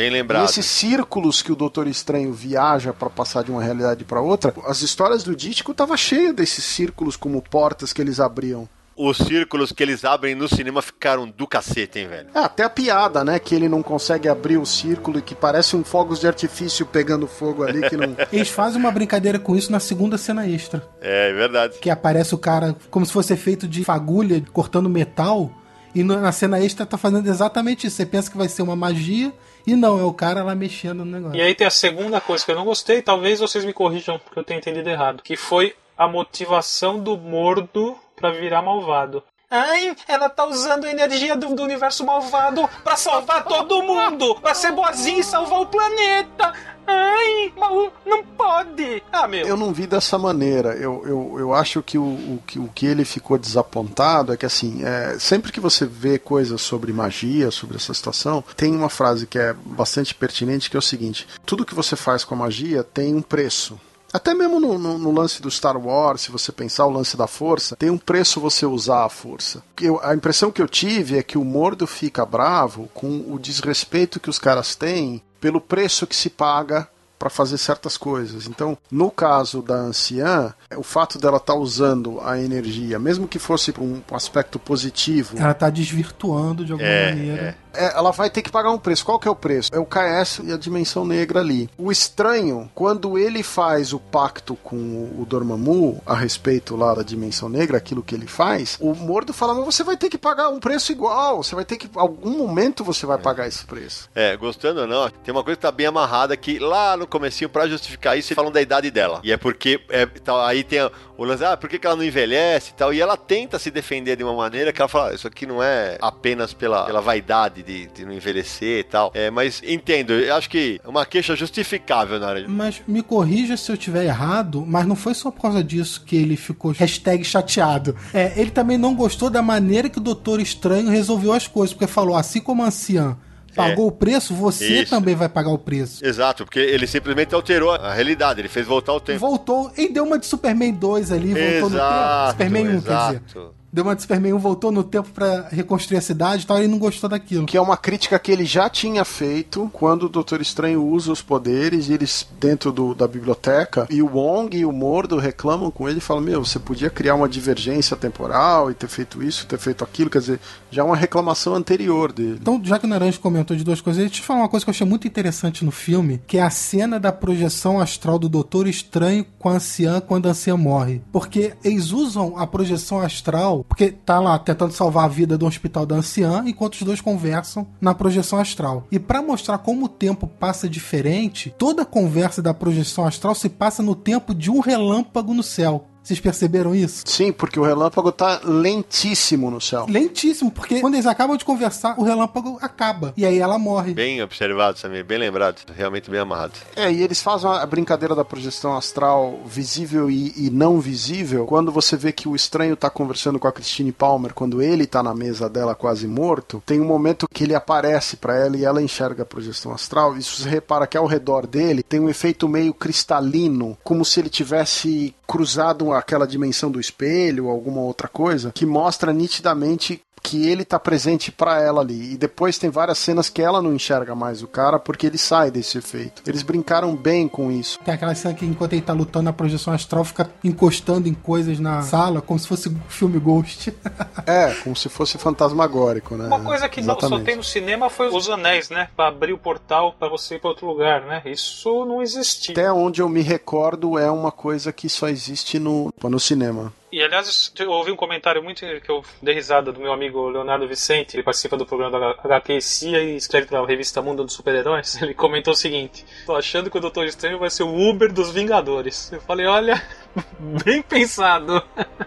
Bem lembrado. E esses círculos que o Doutor Estranho viaja pra passar de uma realidade pra outra, as histórias do Dítico tava cheia desses círculos como portas que eles abriam. Os círculos que eles abrem no cinema ficaram do cacete, hein, velho? É, até a piada, né? Que ele não consegue abrir o círculo e que parece um fogos de artifício pegando fogo ali que não... Eles fazem uma brincadeira com isso na segunda cena extra. É, é verdade. Que aparece o cara como se fosse feito de fagulha, cortando metal, e na cena extra tá fazendo exatamente isso. Você pensa que vai ser uma magia, e não, é o cara lá mexendo no negócio. E aí tem a segunda coisa que eu não gostei, talvez vocês me corrijam porque eu tenho entendido errado, que foi a motivação do Mordo pra virar malvado. Ai, ela tá usando a energia do, do universo malvado pra salvar todo mundo, pra ser boazinha e salvar o planeta. Ai, mal, não pode. Ah, meu. Eu não vi dessa maneira. Eu, eu, eu acho que o, o, que o que ele ficou desapontado é que, assim, é, sempre que você vê coisas sobre magia, sobre essa situação, tem uma frase que é bastante pertinente, que é o seguinte: tudo que você faz com a magia tem um preço. Até mesmo no, no, no lance do Star Wars, se você pensar o lance da força, tem um preço você usar a força. Eu, a impressão que eu tive é que o Mordo fica bravo com o desrespeito que os caras têm pelo preço que se paga para fazer certas coisas. Então, no caso da anciã, o fato dela estar tá usando a energia, mesmo que fosse para um aspecto positivo... Ela está desvirtuando de alguma é, maneira. É. É, ela vai ter que pagar um preço. Qual que é o preço? É o K S e a dimensão negra ali. O estranho, quando ele faz o pacto com o Dormammu a respeito lá da dimensão negra, aquilo que ele faz, o Mordo fala, mas você vai ter que pagar um preço igual. Você vai ter que... algum momento você vai pagar esse preço. É, gostando ou não, tem uma coisa que tá bem amarrada que lá no comecinho, pra justificar isso, eles falam da idade dela. E é porque... É, tá, aí tem o lance, ah, por que, que ela não envelhece e tal? E ela tenta se defender de uma maneira que ela fala, isso aqui não é apenas pela, pela vaidade de, de não envelhecer e tal. É, mas entendo, eu acho que é uma queixa justificável na hora de... Mas me corrija se eu estiver errado, mas não foi só por causa disso que ele ficou hashtag chateado. É, ele também não gostou da maneira que o Doutor Estranho resolveu as coisas, porque falou, assim como a anciã pagou é. o preço, você Isso. também vai pagar o preço. Exato, porque ele simplesmente alterou a realidade, ele fez voltar o tempo. Voltou, e deu uma de Superman dois ali, voltou exato, no tempo. Superman um, exato. quer dizer. Deu uma de Superman um, voltou no tempo pra reconstruir a cidade e tal, e ele não gostou daquilo. Que é uma crítica que ele já tinha feito quando o Doutor Estranho usa os poderes, e eles dentro do, da biblioteca, e o Wong e o Mordo reclamam com ele e falam, meu, você podia criar uma divergência temporal e ter feito isso, ter feito aquilo, quer dizer, já é uma reclamação anterior dele. Então, já que o Naranjo comentou de duas coisas, deixa eu te falar uma coisa que eu achei muito interessante no filme, que é a cena da projeção astral do Doutor Estranho com a anciã quando a anciã morre. Porque eles usam a projeção astral, porque tá lá tentando salvar a vida do hospital da anciã, enquanto os dois conversam na projeção astral. E pra mostrar como o tempo passa diferente, toda a conversa da projeção astral se passa no tempo de um relâmpago no céu. Vocês perceberam isso? Sim, porque o relâmpago tá lentíssimo no céu. Lentíssimo, porque quando eles acabam de conversar, o relâmpago acaba. E aí ela morre. Bem observado, Samir, bem lembrado. Realmente bem amarrado. É, e eles fazem a brincadeira da projeção astral visível e, e não visível. Quando você vê que o estranho tá conversando com a Christine Palmer, quando ele tá na mesa dela quase morto, tem um momento que ele aparece pra ela e ela enxerga a projeção astral. E você repara que ao redor dele tem um efeito meio cristalino, como se ele tivesse cruzado aquela dimensão do espelho ou alguma outra coisa, que mostra nitidamente que ele tá presente pra ela ali. E depois tem várias cenas que ela não enxerga mais o cara porque ele sai desse efeito. Eles brincaram bem com isso. Tem aquela cena que enquanto ele tá lutando na projeção astral, fica encostando em coisas na sala, como se fosse filme Ghost. É, como se fosse fantasmagórico, né? Uma coisa que não, só tem no cinema foi os anéis, né? Pra abrir o portal pra você ir pra outro lugar, né? Isso não existia. Até onde eu me recordo, é uma coisa que só existe no, no cinema. E, aliás, eu ouvi um comentário muito que eu dei risada do meu amigo Leonardo Vicente, ele participa do programa da H Q C I A e escreve para a revista Mundo dos Super-Heróis. Ele comentou o seguinte: tô achando que o Doutor Estranho vai ser o Uber dos Vingadores. Eu falei, olha, bem pensado.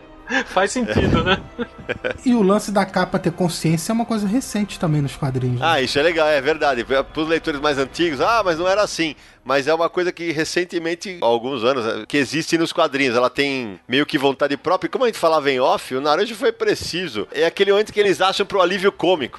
Faz sentido, né? E o lance da capa ter consciência é uma coisa recente também nos quadrinhos. Né? Ah, isso é legal, é verdade. Para os leitores mais antigos, ah, mas não era assim. Mas é uma coisa que recentemente, há alguns anos, que existe nos quadrinhos. Ela tem meio que vontade própria. E como a gente falava em off, o Naranjo foi preciso. É aquele momento que eles acham pro alívio cômico, né?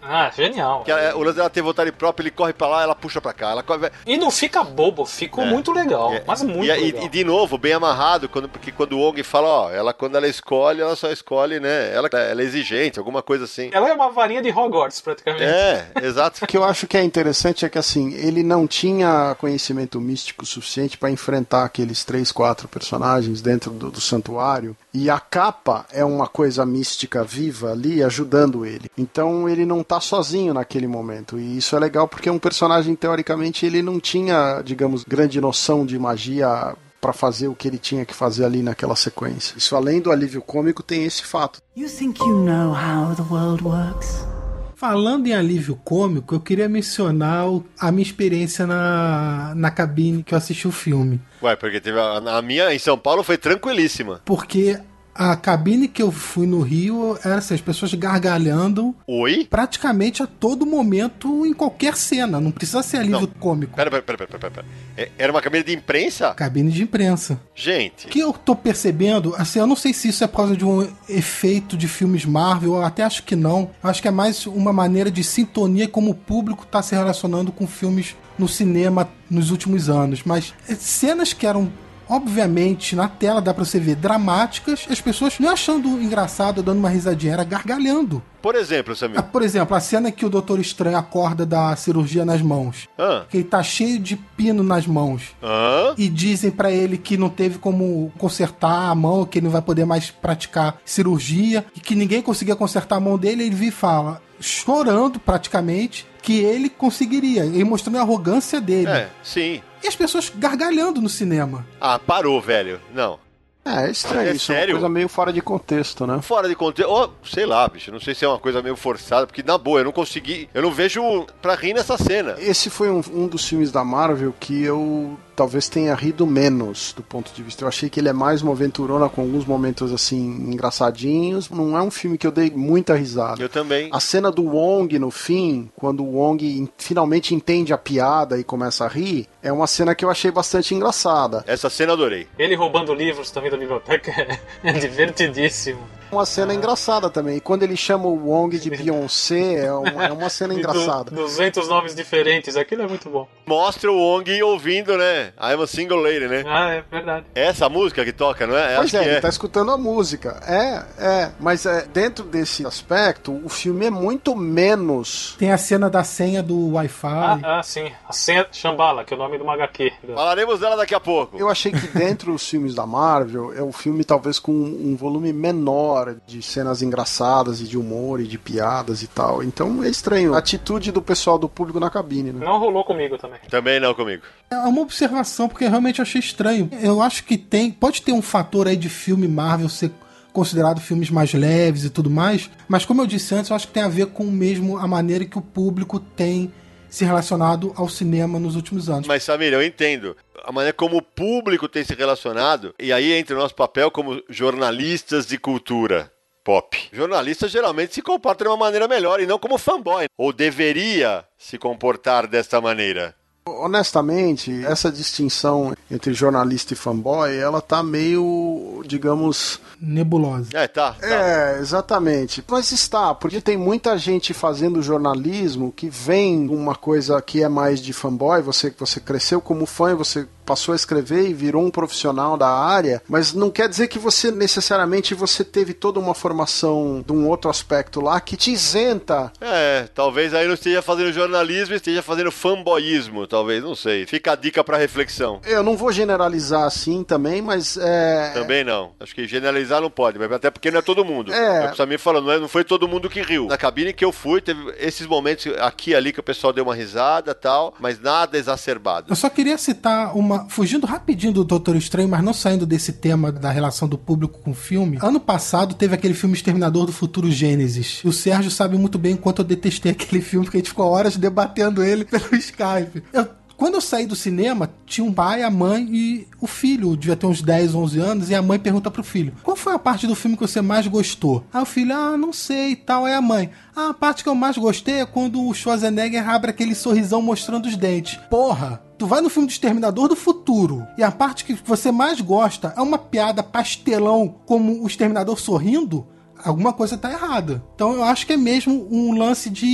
Ah, genial. Que ela, o lance dela ter vontade própria, ele corre pra lá, ela puxa pra cá. Ela corre... E não fica bobo, ficou é. muito legal. É. Mas muito e, legal. E, e de novo, bem amarrado, quando, porque quando o Wong fala, ó, ela quando ela escolhe, ela só escolhe, né? Ela, ela é exigente, alguma coisa assim. Ela é uma varinha de Hogwarts, praticamente. É, exato. O que eu acho que é interessante é que, assim, ele não tinha conhecimento místico suficiente pra enfrentar aqueles três, quatro personagens dentro do, do santuário. E a capa é uma coisa mística viva ali, ajudando ele. Então ele não tá sozinho naquele momento. E isso é legal porque um personagem, teoricamente, ele não tinha, digamos, grande noção de magia para fazer o que ele tinha que fazer ali naquela sequência. Isso, além do alívio cômico, tem esse fato. You think you know how the world works? Falando em alívio cômico, eu queria mencionar o, a minha experiência na, na cabine que eu assisti o filme. Ué, porque teve a, a minha em São Paulo foi tranquilíssima. Porque a cabine que eu fui no Rio era assim, as pessoas gargalhando. Oi? Praticamente a todo momento, em qualquer cena. Não precisa ser alívio não. cômico. Pera, pera, pera, pera, pera. Era uma cabine de imprensa? Cabine de imprensa. Gente. O que eu tô percebendo, assim, eu não sei se isso é por causa de um efeito de filmes Marvel, eu até acho que não. Eu acho que é mais uma maneira de sintonia como o público tá se relacionando com filmes no cinema nos últimos anos. Mas cenas que eram... obviamente, na tela dá pra você ver dramáticas, as pessoas não achando engraçado, dando uma risadinha, era gargalhando. Por exemplo, Samir. Ah, por exemplo, a cena que o Doutor Estranho acorda da cirurgia nas mãos. Ah. Que ele tá cheio de pino nas mãos. Ah. E dizem pra ele que não teve como consertar a mão, que ele não vai poder mais praticar cirurgia, e que ninguém conseguia consertar a mão dele, ele vira e fala, chorando praticamente, que ele conseguiria, e mostrando a arrogância dele. É, sim. E as pessoas gargalhando no cinema. Ah, parou, velho. Não. É, é estranho, é isso sério? é uma coisa meio fora de contexto, né? Fora de contexto, oh, sei lá, bicho, não sei se é uma coisa meio forçada, porque na boa, eu não consegui, eu não vejo pra rir nessa cena. Esse foi um, um dos filmes da Marvel que eu talvez tenha rido menos do ponto de vista. Eu achei que ele é mais uma aventurona com alguns momentos assim engraçadinhos. Não é um filme que eu dei muita risada. Eu também. A cena do Wong no fim, quando o Wong finalmente entende a piada e começa a rir, é uma cena que eu achei bastante engraçada. Essa cena eu adorei. Ele roubando livros também da biblioteca é divertidíssimo. Uma cena engraçada também. E quando ele chama o Wong de Beyoncé, é uma, é uma cena engraçada. duzentos nomes diferentes, aquilo é muito bom. Mostra o Wong ouvindo, né? I'm a single lady, né? Ah, é verdade. É essa música que toca, não é? Pois Acho é, que ele é. tá escutando a música. É, é. Mas é, dentro desse aspecto, o filme é muito menos... Tem a cena da senha do Wi-Fi. Ah, ah, sim. A senha Shambhala, que é o nome de uma H Q. Falaremos dela daqui a pouco. Eu achei que dentro dos filmes da Marvel, é o filme talvez com um volume menor de cenas engraçadas e de humor e de piadas e tal. Então é estranho a atitude do pessoal do público na cabine, né? Não rolou comigo também. Também não comigo. É uma observação, porque realmente eu achei estranho. Eu acho que tem... Pode ter um fator aí de filme Marvel ser considerado filmes mais leves e tudo mais, mas como eu disse antes, eu acho que tem a ver com mesmo a maneira que o público tem se relacionado ao cinema nos últimos anos. Mas, Samir, eu entendo. A maneira como o público tem se relacionado, e aí entra o nosso papel como jornalistas de cultura pop. Jornalistas geralmente se comportam de uma maneira melhor e não como fanboy. Ou deveria se comportar dessa maneira. Honestamente, essa distinção entre jornalista e fanboy, ela tá meio, digamos... nebulosa. É, tá, tá. É, exatamente. Mas está, porque tem muita gente fazendo jornalismo que vem uma coisa que é mais de fanboy, você, você cresceu como fã e você passou a escrever e virou um profissional da área, mas não quer dizer que você necessariamente você teve toda uma formação de um outro aspecto lá que te isenta. É, talvez aí não esteja fazendo jornalismo, esteja fazendo fanboyismo, talvez, não sei. Fica a dica pra reflexão. Eu não vou generalizar assim também, mas é... Também não. Acho que generalizar não pode, mas até porque não é todo mundo. É. É o que Samir falou, não, é, não foi todo mundo que riu. Na cabine que eu fui, teve esses momentos aqui e ali que o pessoal deu uma risada e tal, mas nada exacerbado. Eu só queria citar uma... Fugindo rapidinho do Doutor Estranho, mas não saindo desse tema da relação do público com o filme. Ano passado teve aquele filme Exterminador do Futuro Gênesis. O Sérgio sabe muito bem o quanto eu detestei aquele filme, porque a gente ficou horas debatendo ele pelo Skype. Eu... Quando eu saí do cinema, tinha um pai, a mãe e o filho, devia ter uns dez, onze anos, e a mãe pergunta pro filho, qual foi a parte do filme que você mais gostou? Aí o filho, ah, não sei e tal. Aí a mãe, ah, a parte que eu mais gostei é quando o Schwarzenegger abre aquele sorrisão mostrando os dentes. Porra! Tu vai no filme do Exterminador do Futuro e a parte que você mais gosta é uma piada pastelão como o Exterminador sorrindo, alguma coisa tá errada. Então eu acho que é mesmo um lance de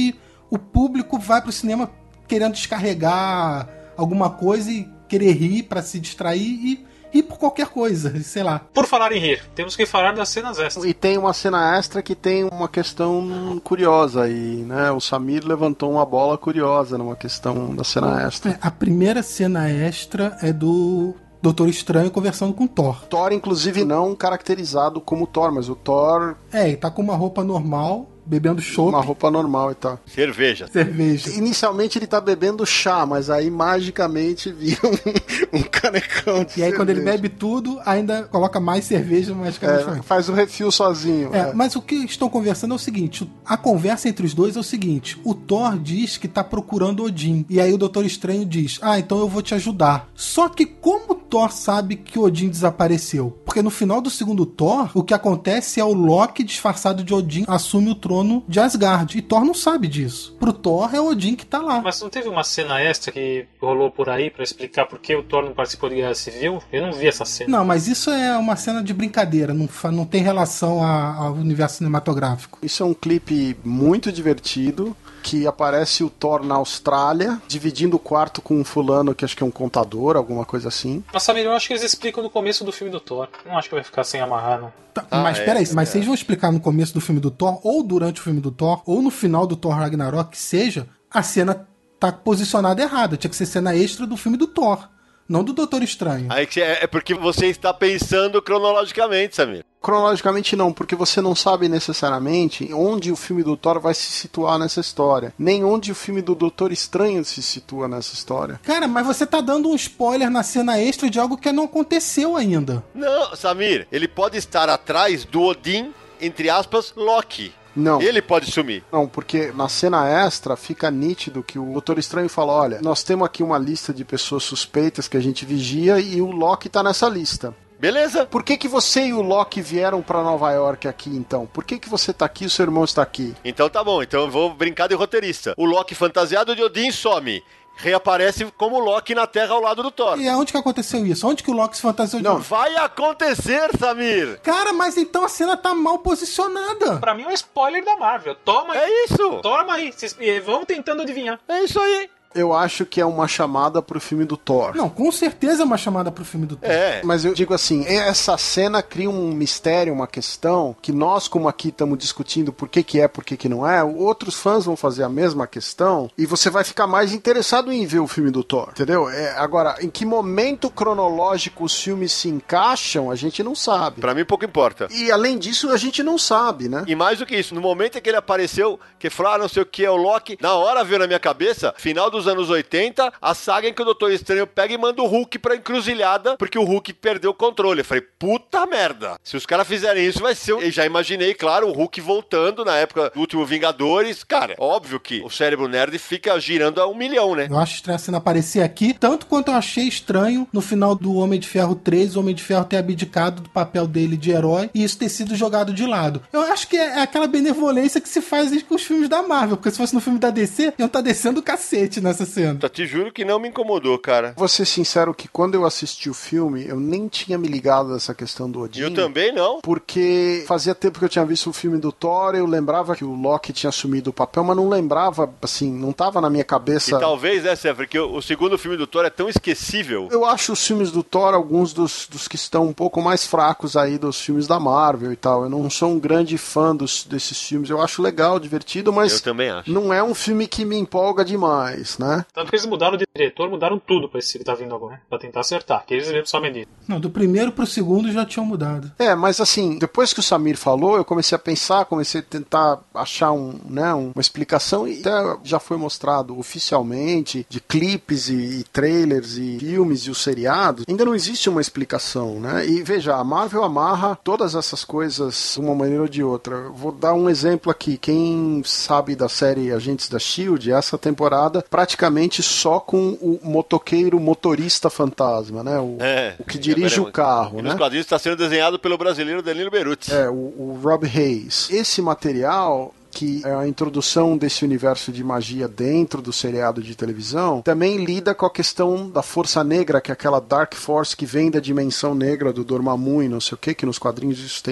o público vai pro cinema querendo descarregar alguma coisa e querer rir pra se distrair e rir por qualquer coisa, sei lá. Por falar em rir, temos que falar das cenas extras. E tem uma cena extra que tem uma questão curiosa aí, né? O Samir levantou uma bola curiosa numa questão da cena extra. É, a primeira cena extra é do Doutor Estranho conversando com Thor. Thor, inclusive, não caracterizado como Thor, mas o Thor... É, ele tá com uma roupa normal, bebendo chopp. Uma roupa normal e tal. Cerveja. Cerveja. Inicialmente ele tá bebendo chá, mas aí magicamente vira um, um canecão de E aí cerveja. quando ele bebe tudo, ainda coloca mais cerveja, mais É, faz o refil sozinho. É, é. mas o que estão conversando é o seguinte, a conversa entre os dois é o seguinte, o Thor diz que tá procurando Odin, e aí o Doutor Estranho diz, ah, então eu vou te ajudar. Só que como o Thor sabe que Odin desapareceu? Porque no final do segundo Thor, o que acontece é o Loki disfarçado de Odin assume o trono de Asgard, e Thor não sabe disso. Pro Thor é Odin que tá lá. Mas não teve uma cena extra que rolou por aí pra explicar por que o Thor não participou de Guerra Civil? Eu não vi essa cena. Não, mas isso é uma cena de brincadeira, não, fa- não tem relação a- ao universo cinematográfico. Isso é um clipe muito divertido, que aparece o Thor na Austrália, dividindo o quarto com um fulano que acho que é um contador, alguma coisa assim. Mas, Samir, eu acho que eles explicam no começo do filme do Thor. Não acho que vai ficar sem amarrar, não. Tá, Ah, mas é, peraí, mas é. vocês vão explicar no começo do filme do Thor, ou durante o filme do Thor, ou no final do Thor Ragnarok, que seja, a cena tá posicionada errada. Tinha que ser cena extra do filme do Thor, não do Doutor Estranho. Aí que é é porque você está pensando cronologicamente, Samir. Cronologicamente não, porque você não sabe necessariamente onde o filme do Thor vai se situar nessa história, nem onde o filme do Doutor Estranho se situa nessa história. Cara, mas você tá dando um spoiler na cena extra de algo que não aconteceu ainda. Não, Samir, ele pode estar atrás do Odin, entre aspas, Loki. Não. Ele pode sumir. Não, porque na cena extra fica nítido que o Doutor Estranho fala, olha, nós temos aqui uma lista de pessoas suspeitas que a gente vigia e o Loki tá nessa lista. Beleza? Por que que você e o Loki vieram pra Nova York aqui, então? Por que que você tá aqui e o seu irmão está aqui? Então tá bom, então eu vou brincar de roteirista. O Loki fantasiado de Odin some. Reaparece como Loki na Terra ao lado do Thor. E aonde que aconteceu isso? Onde que o Loki se fantasiou de Não. Vai acontecer, Samir! Cara, mas então a cena tá mal posicionada. Pra mim é um spoiler da Marvel. Toma aí. É isso! Toma aí. Vocês eh, vão tentando adivinhar. É isso aí! Eu acho que é uma chamada pro filme do Thor. Não, com certeza é uma chamada pro filme do Thor. É. Mas eu digo assim, essa cena cria um mistério, uma questão, que nós, como aqui estamos discutindo por que que é, por que que não é, outros fãs vão fazer a mesma questão e você vai ficar mais interessado em ver o filme do Thor, entendeu? É, agora, em que momento cronológico os filmes se encaixam, a gente não sabe. Pra mim pouco importa. E além disso, a gente não sabe, né? E mais do que isso, no momento em que ele apareceu, que falou, ah, não sei o que é o Loki, na hora veio na minha cabeça, final dos anos oitenta, a saga em que o Doutor Estranho pega e manda o Hulk pra encruzilhada, porque o Hulk perdeu o controle. Eu falei, puta merda, se os caras fizerem isso, vai ser... Eu já imaginei, claro, o Hulk voltando na época do último Vingadores. Cara, óbvio que o cérebro nerd fica girando a um milhão, né? Eu acho estranho a cena aparecer aqui, tanto quanto eu achei estranho no final do Homem de Ferro três, o Homem de Ferro ter abdicado do papel dele de herói e isso ter sido jogado de lado. Eu acho que é aquela benevolência que se faz com os filmes da Marvel, porque se fosse no filme da D C, iam estar descendo o cacete nessa cena. Eu te juro que não me incomodou, cara. Vou ser sincero que quando eu assisti o filme, eu nem tinha me ligado dessa questão do Odin. Eu também não. Porque fazia tempo que eu tinha visto o filme do Thor, eu lembrava que o Loki tinha assumido o papel, mas não lembrava, assim, não tava na minha cabeça. E talvez, né, Sefra, porque o segundo filme do Thor é tão esquecível. Eu acho os filmes do Thor alguns dos, dos que estão um pouco mais fracos aí dos filmes da Marvel e tal. Eu não sou um grande fã dos, desses filmes. Eu acho legal, divertido, mas Eu também acho. não é um filme que me empolga demais, né? Tanto que eles mudaram de diretor, mudaram tudo pra esse que tá vindo agora, né? Pra tentar acertar, que eles mesmos sabem disso. Não, do primeiro pro segundo já tinham mudado. É, mas assim, depois que o Samir falou, eu comecei a pensar, comecei a tentar achar um, né, um- uma explicação e até já foi mostrado oficialmente de clipes e, e trailers e filmes e os seriados. Ainda não existe uma explicação, né? E veja, a Marvel amarra todas essas coisas de uma maneira ou de outra. Eu vou dar um exemplo aqui. Quem sabe da série Agentes da Shield, essa temporada praticamente só com o motoqueiro motorista fantasma, né? O, É. o que dirige o carro, E né? nos quadrinhos está sendo desenhado pelo brasileiro Danilo Beruti. É, o, o Rob Hayes. Esse material, que é a introdução desse universo de magia dentro do seriado de televisão, também lida com a questão da força negra, que é aquela Dark Force que vem da dimensão negra do Dormammu e não sei o que, que nos quadrinhos isso tem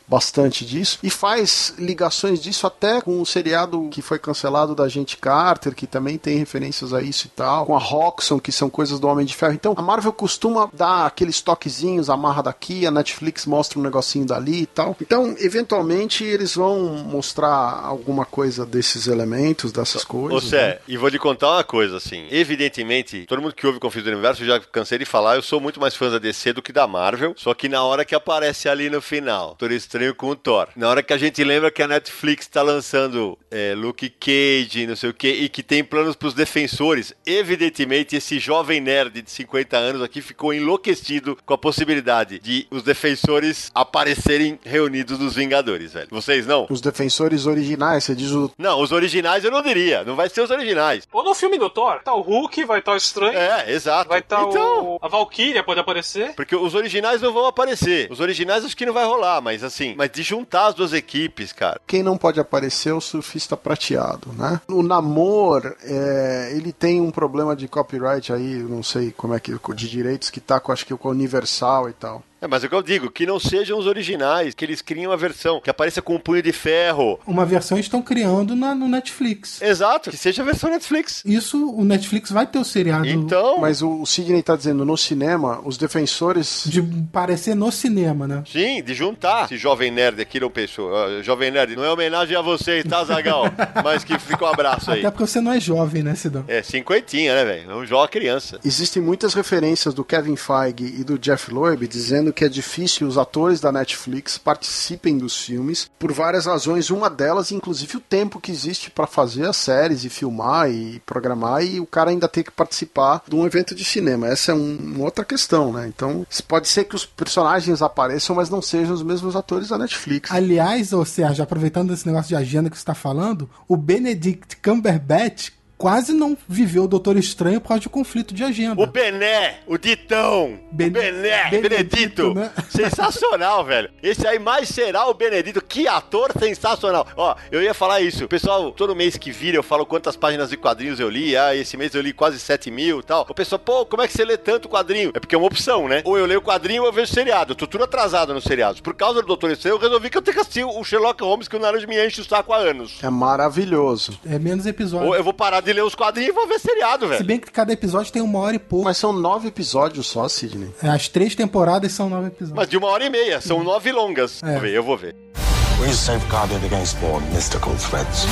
bastante disso, e faz ligações disso até com o seriado que foi cancelado da Agente Carter, que também tem referências a isso e tal, com a Roxxon, que são coisas do Homem de Ferro. Então, a Marvel costuma dar aqueles toquezinhos, amarra daqui, a Netflix mostra um negocinho dali e tal. Então, eventualmente, eles vão mostrar alguma coisa desses elementos, dessas coisas. Você, né? E vou te contar uma coisa, assim, evidentemente, todo mundo que ouve Confins do Universo, eu já cansei de falar, eu sou muito mais fã da D C do que da Marvel, só que na hora que aparece ali no final, Doutor Estranho com o Thor, na hora que a gente lembra que a Netflix tá lançando é, Luke Cage, não sei o que, e que tem planos pros defensores, evidentemente esse jovem nerd de cinquenta anos aqui ficou enlouquecido com a possibilidade de os defensores aparecerem reunidos nos Vingadores, velho. Vocês não? Os defensores originais, você diz o... Não, os originais eu não diria, não vai ser os originais. Ou no filme do Thor, tá o Hulk, vai estar o Estranho. É, exato. Vai estar então... o... a Valkyria pode aparecer. Porque os originais não vão aparecer. Os originais acho que não vai rolar, mas assim, mas de juntar as duas equipes, cara. Quem não pode aparecer é o Surfista Prateado, né? O Namor, é, ele tem um problema de copyright aí, não sei como é que, de direitos que tá com, acho que com a Universal e tal. É, mas é o que eu digo, que não sejam os originais, que eles criem uma versão, que apareça com um punho de ferro. Uma versão estão criando na, no Netflix. Exato, que seja a versão Netflix. Isso, o Netflix vai ter o seriado. Então... Mas o, o Sidney tá dizendo, no cinema, os defensores... De parecer no cinema, né? Sim, de juntar esse jovem nerd aqui, não pensou. Uh, jovem nerd, não é homenagem a você, tá, Zagal? Mas que fica um abraço aí. Até porque você não é jovem, né, Sidão? É, cinquentinha, né, velho? É um jovem criança. Existem muitas referências do Kevin Feige e do Jeff Loeb dizendo que é difícil os atores da Netflix participem dos filmes por várias razões. Uma delas, inclusive, o tempo que existe para fazer as séries e filmar e programar, e o cara ainda tem que participar de um evento de cinema. Essa é um, uma outra questão, né? Então, pode ser que os personagens apareçam, mas não sejam os mesmos atores da Netflix. Aliás, ou seja, aproveitando esse negócio de agenda que você está falando, o Benedict Cumberbatch quase não viveu o Doutor Estranho por causa de conflito de agenda. O Bené, o Ditão, ben... o Bené, Benedito, Benedito né? Sensacional, velho. Esse aí mais será o Benedito. Que ator sensacional. Ó, eu ia falar isso. Pessoal, todo mês que vira eu falo quantas páginas de quadrinhos eu li. Ah, esse mês eu li quase sete mil e tal. O pessoal, pô, como é que você lê tanto quadrinho? É porque é uma opção, né? Ou eu leio quadrinho ou eu vejo seriado. Eu tô tudo atrasado nos seriados. Por causa do Doutor Estranho, eu resolvi que eu tenho que assistir o Sherlock Holmes, que o Naranjo me enche o saco há anos. É maravilhoso. É menos episódio. Ou eu vou parar de ler os quadrinhos e vou ver seriado, velho. Se bem que cada episódio tem uma hora e pouco. Mas são nove episódios só, Sidney. As três temporadas são nove episódios. Mas de uma hora e meia, são nove longas. É. Vou ver, eu vou ver. We safeguarded against more mystical threats.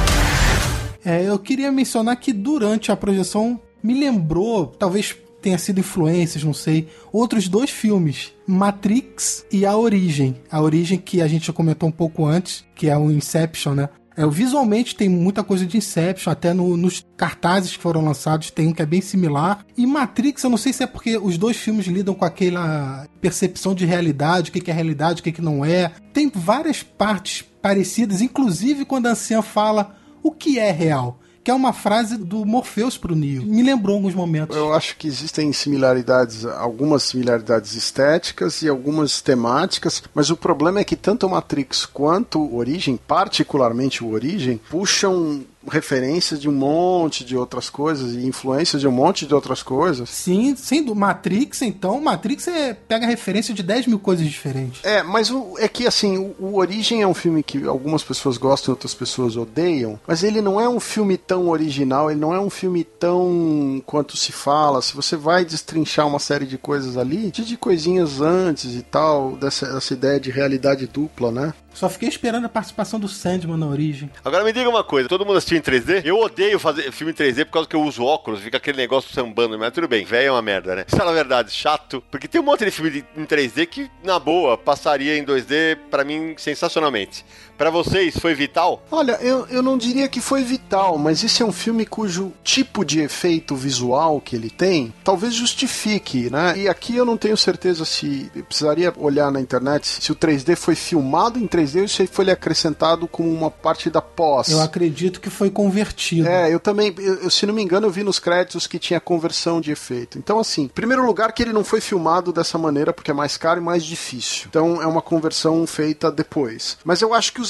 É, eu queria mencionar que durante a projeção me lembrou, talvez tenha sido influências, não sei, outros dois filmes, Matrix e A Origem. A Origem que a gente já comentou um pouco antes, que é o Inception, né? É, visualmente tem muita coisa de Inception, até no, nos cartazes que foram lançados tem um que é bem similar. E Matrix, eu não sei se é porque os dois filmes lidam com aquela percepção de realidade, o que é realidade, o que não é. Tem várias partes parecidas, inclusive quando a anciã fala o que é real, que é uma frase do Morpheus pro Neo. Me lembrou alguns momentos. Eu acho que existem similaridades, algumas similaridades estéticas e algumas temáticas, mas o problema é que tanto o Matrix quanto o Origem, particularmente o Origem, puxam referências de um monte de outras coisas e influências de um monte de outras coisas. Sim, sim, do Matrix, então, Matrix é, pega referência de dez mil coisas diferentes. É, mas o, é que assim, o, o Origem é um filme que algumas pessoas gostam e outras pessoas odeiam, mas ele não é um filme tão original, ele não é um filme tão quanto se fala. Se você vai destrinchar uma série de coisas ali, de coisinhas antes e tal, dessa, dessa ideia de realidade dupla, né? Só fiquei esperando a participação do Sandman na Origem. Agora me diga uma coisa, todo mundo assistiu em três D? Eu odeio fazer filme em três D por causa que eu uso óculos, fica aquele negócio sambando, mas tudo bem, velho é uma merda, né? Isso é na verdade chato, porque tem um monte de filme de, em três D que, na boa, passaria em dois D, pra mim, sensacionalmente. Pra vocês, foi vital? Olha, eu, eu não diria que foi vital, mas esse é um filme cujo tipo de efeito visual que ele tem, talvez justifique, né? E aqui eu não tenho certeza se... Eu precisaria olhar na internet se o três D foi filmado em três D ou se foi acrescentado como uma parte da pós. Eu acredito que foi convertido. É, eu também, eu, se não me engano, eu vi nos créditos que tinha conversão de efeito. Então, assim, em primeiro lugar que ele não foi filmado dessa maneira porque é mais caro e mais difícil. Então, é uma conversão feita depois. Mas eu acho que os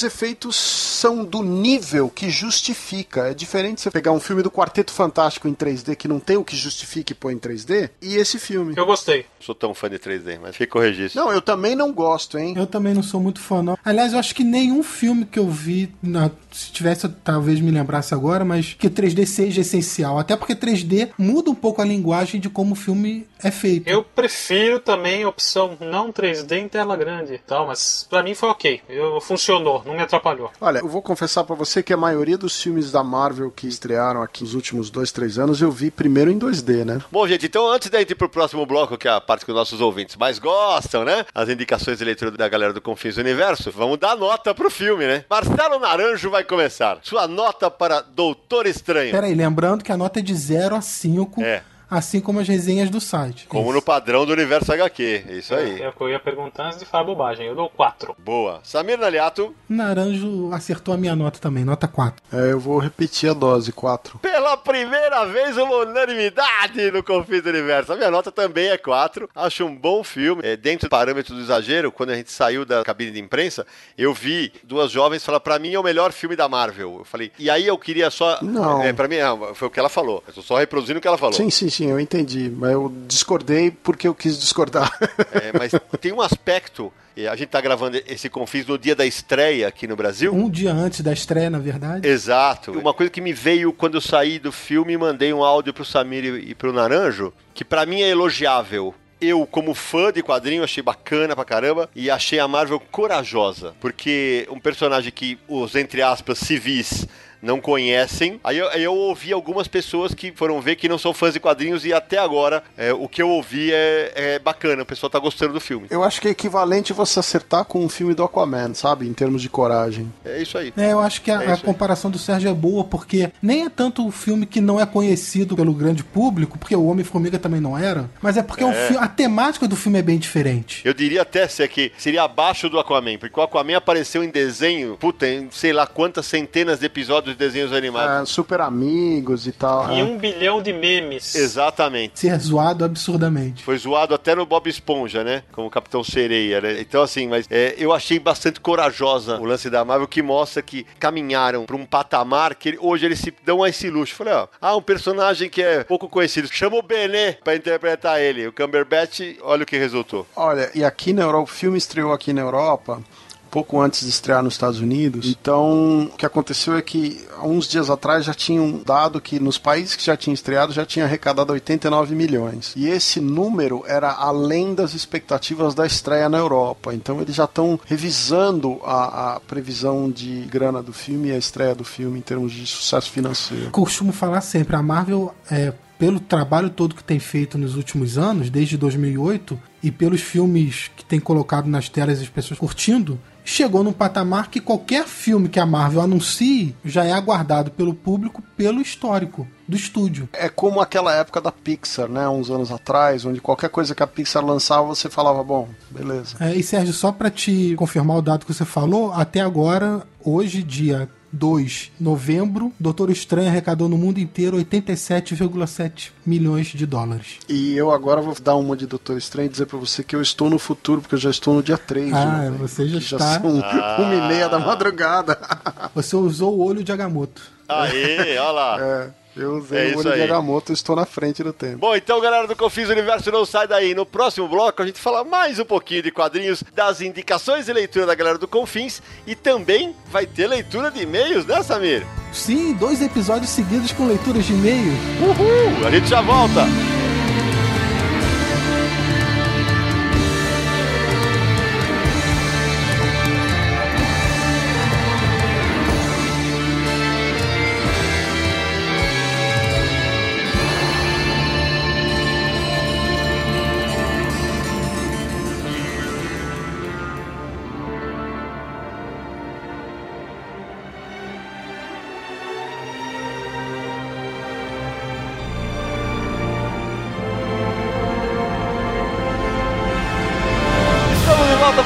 os efeitos são do nível que justifica. É diferente você pegar um filme do Quarteto Fantástico em três D que não tem o que justifique pôr em três D e esse filme. Eu gostei. Sou tão fã de três D, mas fica o registro. Não, eu também não gosto, hein? Eu também não sou muito fã, não. Aliás, eu acho que nenhum filme que eu vi, na, se tivesse, eu talvez me lembrasse agora, mas que três D seja essencial. Até porque três D muda um pouco a linguagem de como o filme é feito. Eu prefiro também a opção não três D em tela grande, tal, mas pra mim foi ok. Eu, funcionou, não me atrapalhou. Olha, eu vou confessar pra você que a maioria dos filmes da Marvel que estrearam aqui nos últimos dois, três anos, eu vi primeiro em dois D, né? Bom, gente, então antes da gente ir pro próximo bloco, que é a parte que os nossos ouvintes mais gostam, né? As indicações de leitura da galera do Confins do Universo, vamos dar nota pro filme, né? Marcelo Naranjo vai começar. Sua nota para Doutor Estranho. Peraí, lembrando que a nota é de zero a cinco. É. Assim como as resenhas do site. Como Isso. no padrão do Universo H Q. Isso aí. É o que eu ia perguntar antes de falar bobagem. Eu dou quatro. Boa. Samir Naliato. Naranjo acertou a minha nota também, nota quatro. É, eu vou repetir a dose, quatro. Pela primeira vez, uma unanimidade no Confins do Universo. A minha nota também é quatro. Acho um bom filme. É, dentro do parâmetro do exagero, quando a gente saiu da cabine de imprensa, eu vi duas jovens falar, pra mim é o melhor filme da Marvel. Eu falei, e aí eu queria só... Não. É, pra mim, é, foi o que ela falou. Eu tô só reproduzindo o que ela falou. Sim, sim, sim, eu entendi. Mas eu discordei porque eu quis discordar. É, mas tem um aspecto... A gente tá gravando esse Confins no dia da estreia aqui no Brasil. Um dia antes da estreia, na verdade. Exato. Uma coisa que me veio quando eu saí do filme, mandei um áudio pro Samir e pro Naranjo, que pra mim é elogiável. Eu, como fã de quadrinho, achei bacana pra caramba e achei a Marvel corajosa, porque um personagem que os, entre aspas, civis não conhecem. Aí eu, aí eu ouvi algumas pessoas que foram ver que não são fãs de quadrinhos e até agora é, o que eu ouvi é, é bacana, o pessoal tá gostando do filme. Eu acho que é equivalente você acertar com um filme do Aquaman, sabe? Em termos de coragem. É isso aí. É, eu acho que a, É a comparação do Sérgio é boa, porque nem é tanto o filme que não é conhecido pelo grande público, porque o Homem-Formiga também não era, mas é porque é. um fi- a temática do filme é bem diferente. Eu diria até se é que seria abaixo do Aquaman, porque o Aquaman apareceu em desenho, puta, em sei lá quantas centenas de episódios de desenhos animados. É, Super Amigos e tal. E é. um bilhão de memes. Exatamente. Ser zoado absurdamente. Foi zoado até no Bob Esponja, né? Como Capitão Sereia, né? Então, assim, mas é, eu achei bastante corajosa o lance da Marvel, que mostra que caminharam pra um patamar que ele, hoje eles se dão a esse luxo. Falei, ó, ah, um personagem que é pouco conhecido, chama o Bené pra interpretar ele. O Cumberbatch, olha o que resultou. Olha, e aqui na Europa, o filme estreou aqui na Europa pouco antes de estrear nos Estados Unidos. Então, o que aconteceu é que há uns dias atrás já tinham dado que nos países que já tinham estreado já tinha arrecadado oitenta e nove milhões. E esse número era além das expectativas da estreia na Europa. Então, eles já estão revisando a, a previsão de grana do filme e a estreia do filme em termos de sucesso financeiro. Costumo falar sempre, a Marvel é... pelo trabalho todo que tem feito nos últimos anos, desde dois mil e oito, e pelos filmes que tem colocado nas telas e as pessoas curtindo, chegou num patamar que qualquer filme que a Marvel anuncie já é aguardado pelo público pelo histórico do estúdio. É como aquela época da Pixar, né, uns anos atrás, onde qualquer coisa que a Pixar lançava, você falava, bom, beleza. É, e Sérgio, só para te confirmar o dado que você falou, até agora, hoje, dia dois de novembro, Doutor Estranho arrecadou no mundo inteiro oitenta e sete vírgula sete milhões de dólares. E eu agora vou dar uma de Doutor Estranho e dizer pra você que eu estou no futuro, porque eu já estou no dia três. Ah, de você já está. Já são Ah. uma e meia da madrugada. Você usou o olho de Agamotto. Aê, olha lá. É, eu usei É o isso olho de aí. Agamotto e estou na frente do tempo. Bom, então, galera do Confins do Universo, não sai daí. No próximo bloco, a gente fala mais um pouquinho de quadrinhos, das indicações de leitura da galera do Confins, e também vai ter leitura de e-mails, né, Samir? Sim, dois episódios seguidos com leituras de e-mail. Uhul! A gente já volta!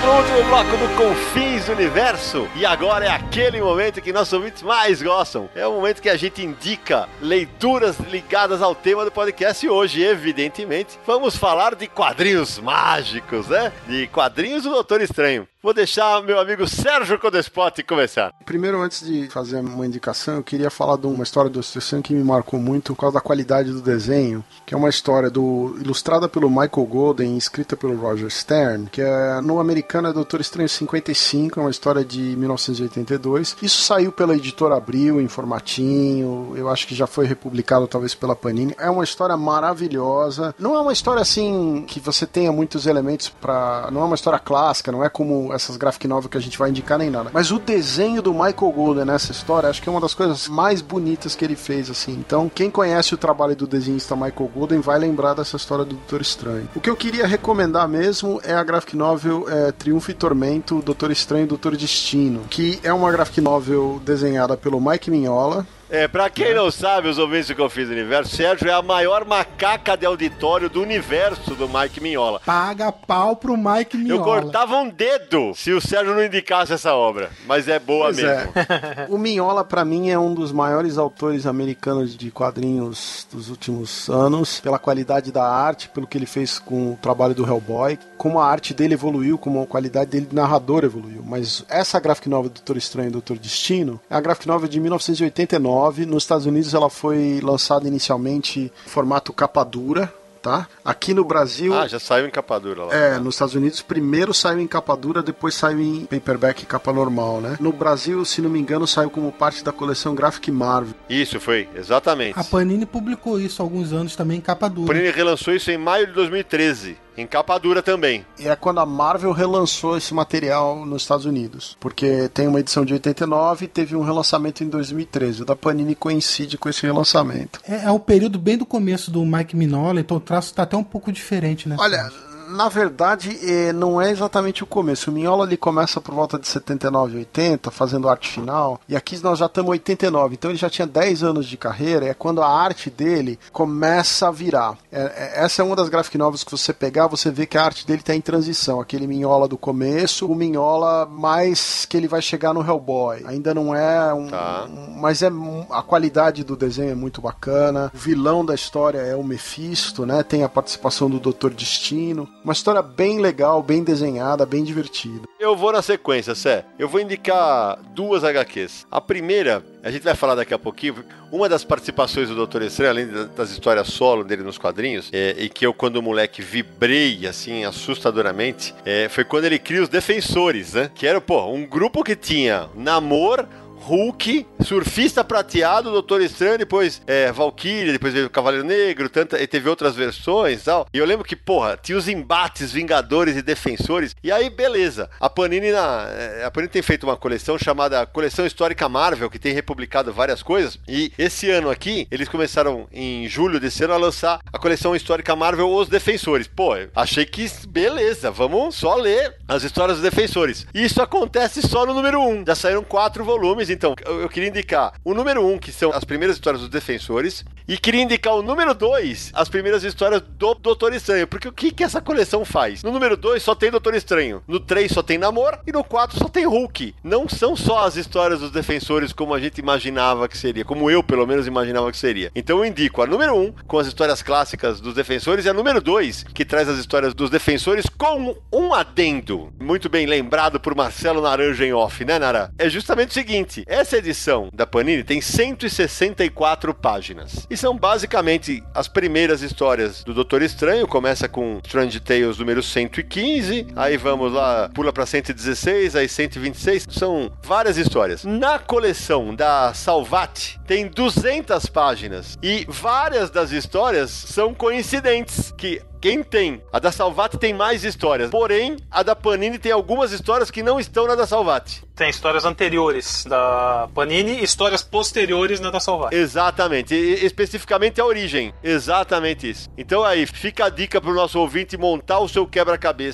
pro último bloco do Confins do Universo. E agora é aquele momento que nossos ouvintes mais gostam. É o momento que a gente indica leituras ligadas ao tema do podcast. E hoje, evidentemente, vamos falar de quadrinhos mágicos, né? De quadrinhos do Doutor Estranho. Vou deixar meu amigo Sérgio Codespot começar. Primeiro, antes de fazer uma indicação, eu queria falar de uma história do Doutor Estranho que me marcou muito por causa da qualidade do desenho, que é uma história do, ilustrada pelo Michael Golden e escrita pelo Roger Stern, que é, no americano é Doutor Estranho cinquenta e cinco, é uma história de mil novecentos e oitenta e dois. Isso saiu pela editora Abril, em formatinho, eu acho que já foi republicado talvez pela Panini. É uma história maravilhosa. Não é uma história assim que você tenha muitos elementos para, não é uma história clássica, não é como essas graphic novels que a gente vai indicar nem nada. Mas o desenho do Michael Golden nessa história, acho que é uma das coisas mais bonitas que ele fez, assim. Então, quem conhece o trabalho do desenhista Michael Golden vai lembrar dessa história do Doutor Estranho. O que eu queria recomendar mesmo é a graphic novel é, Triunfo e Tormento, Doutor Estranho e Doutor Destino, que é uma graphic novel desenhada pelo Mike Mignola. É, pra quem não sabe, os ouvintes que eu fiz do universo, Sérgio é a maior macaca de auditório do universo do Mike Mignola. Paga pau pro Mike Mignola. Eu cortava um dedo se o Sérgio não indicasse essa obra, mas é boa pois mesmo. É. O Mignola, pra mim, é um dos maiores autores americanos de quadrinhos dos últimos anos, pela qualidade da arte, pelo que ele fez com o trabalho do Hellboy, como a arte dele evoluiu, como a qualidade dele de narrador evoluiu. Mas essa graphic novel do Doutor Estranho e Doutor Destino é a graphic novel de mil novecentos e oitenta e nove. Nos Estados Unidos ela foi lançada inicialmente em formato capa dura, tá? Aqui no Brasil... Ah, já saiu em capa dura lá. É, nos Estados Unidos primeiro saiu em capa dura, depois saiu em paperback e capa normal, né? No Brasil, se não me engano, saiu como parte da coleção Graphic Marvel. Isso, foi, exatamente. A Panini publicou isso há alguns anos também em capa dura. A Panini relançou isso em maio de dois mil e treze. Em capa dura também. E é quando a Marvel relançou esse material nos Estados Unidos. Porque tem uma edição de oitenta e nove e teve um relançamento em dois mil e treze. O da Panini coincide com esse relançamento. É, é o período bem do começo do Mike Mignola, então o traço tá até um pouco diferente, né? Olha... Na verdade, não é exatamente o começo. O Mignola ele começa por volta de setenta e nove, oitenta, fazendo arte final. E aqui nós já estamos em oitenta e nove. Então ele já tinha dez anos de carreira. É quando a arte dele começa a virar. É, essa é uma das graphic novels que você pegar, você vê que a arte dele está em transição. Aquele Mignola do começo, o Mignola mais que ele vai chegar no Hellboy. Ainda não é um... Tá. um mas é a qualidade do desenho é muito bacana. O vilão da história é o Mephisto, né? Tem a participação do Doutor Destino. Uma história bem legal, bem desenhada, bem divertida. Eu vou na sequência, Sé. Eu vou indicar duas agá quês. A primeira, a gente vai falar daqui a pouquinho, uma das participações do Doutor Estranho, além das histórias solo dele nos quadrinhos, é, e que eu, quando moleque, vibrei, assim, assustadoramente, é, foi quando ele cria os Defensores, né? Que era, pô, um grupo que tinha Namor, Hulk, Surfista Prateado, Doutor Estranho, depois é, Valkyria, depois veio o Cavaleiro Negro, tanta, e teve outras versões e tal. E eu lembro que, porra, tinha os embates Vingadores e Defensores. E aí, beleza. A Panini, na, a Panini tem feito uma coleção chamada Coleção Histórica Marvel, que tem republicado várias coisas. E esse ano aqui, eles começaram, em julho desse ano, a lançar a Coleção Histórica Marvel Os Defensores. Pô, achei que, beleza, vamos só ler as histórias dos Defensores. E isso acontece só no número um. Já saíram quatro volumes. Então, eu queria indicar o número um, que são as primeiras histórias dos Defensores, e queria indicar o número dois, as primeiras histórias do Doutor Estranho, porque o que, que essa coleção faz? No número dois só tem Doutor Estranho, no três só tem Namor, e no quatro só tem Hulk. Não são só as histórias dos Defensores como a gente imaginava que seria, como eu, pelo menos, imaginava que seria. Então eu indico a número um, com as histórias clássicas dos Defensores, e a número dois, que traz as histórias dos Defensores com um adendo, muito bem lembrado por Marcelo Naranja em off, né, Nara? É justamente o seguinte: essa edição da Panini tem cento e sessenta e quatro páginas. E são basicamente as primeiras histórias do Doutor Estranho. Começa com Strange Tales número cento e quinze, aí vamos lá, pula para cento e dezesseis, aí cento e vinte e seis. São várias histórias. Na coleção da Salvat tem duzentas páginas e várias das histórias são coincidentes, que quem tem? A da Salvat tem mais histórias. Porém, a da Panini tem algumas histórias que não estão na da Salvat. Tem histórias anteriores da Panini e histórias posteriores na da Salvat. Exatamente. E, especificamente a origem. Exatamente isso. Então aí, fica a dica pro nosso ouvinte montar o seu quebra-cabeça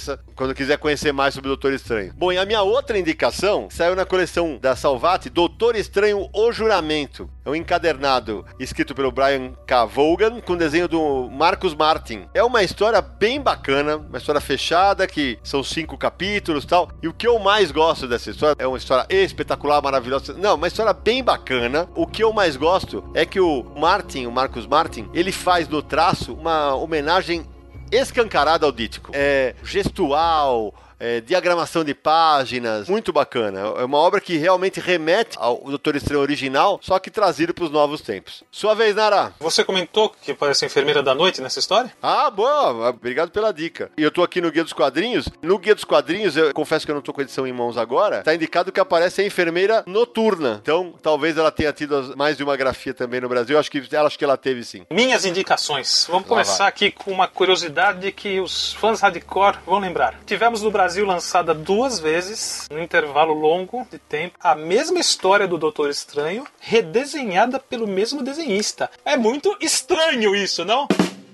quando quiser conhecer mais sobre o Doutor Estranho. Bom, e a minha outra indicação saiu na coleção da Salvat, Doutor Estranho, O Juramento. É um encadernado escrito pelo Brian K. Vaughan, com desenho do Marcus Martin. É uma história bem bacana, uma história fechada, que são cinco capítulos e tal. E o que eu mais gosto dessa história, é uma história espetacular, maravilhosa. Não, uma história bem bacana. O que eu mais gosto é que o Martin, o Marcus Martin, ele faz no traço uma homenagem escancarada ao Dítico. É gestual, é, diagramação de páginas, muito bacana. É uma obra que realmente remete ao Doutor Estranho original, só que trazido para os novos tempos. Sua vez, Nara. Você comentou que parece a enfermeira da noite nessa história? Ah, boa. Obrigado pela dica. E eu tô aqui no Guia dos Quadrinhos. No Guia dos Quadrinhos, eu confesso que eu não tô com a edição em mãos agora, tá indicado que aparece a enfermeira noturna. Então, talvez ela tenha tido mais de uma grafia também no Brasil. Eu acho que, acho que ela teve, sim. Minhas indicações. Vamos Lá começar vai. aqui com uma curiosidade que os fãs hardcore vão lembrar. Tivemos no Brasil lançada duas vezes, num intervalo longo de tempo, a mesma história do Doutor Estranho, redesenhada pelo mesmo desenhista. É muito estranho isso, não?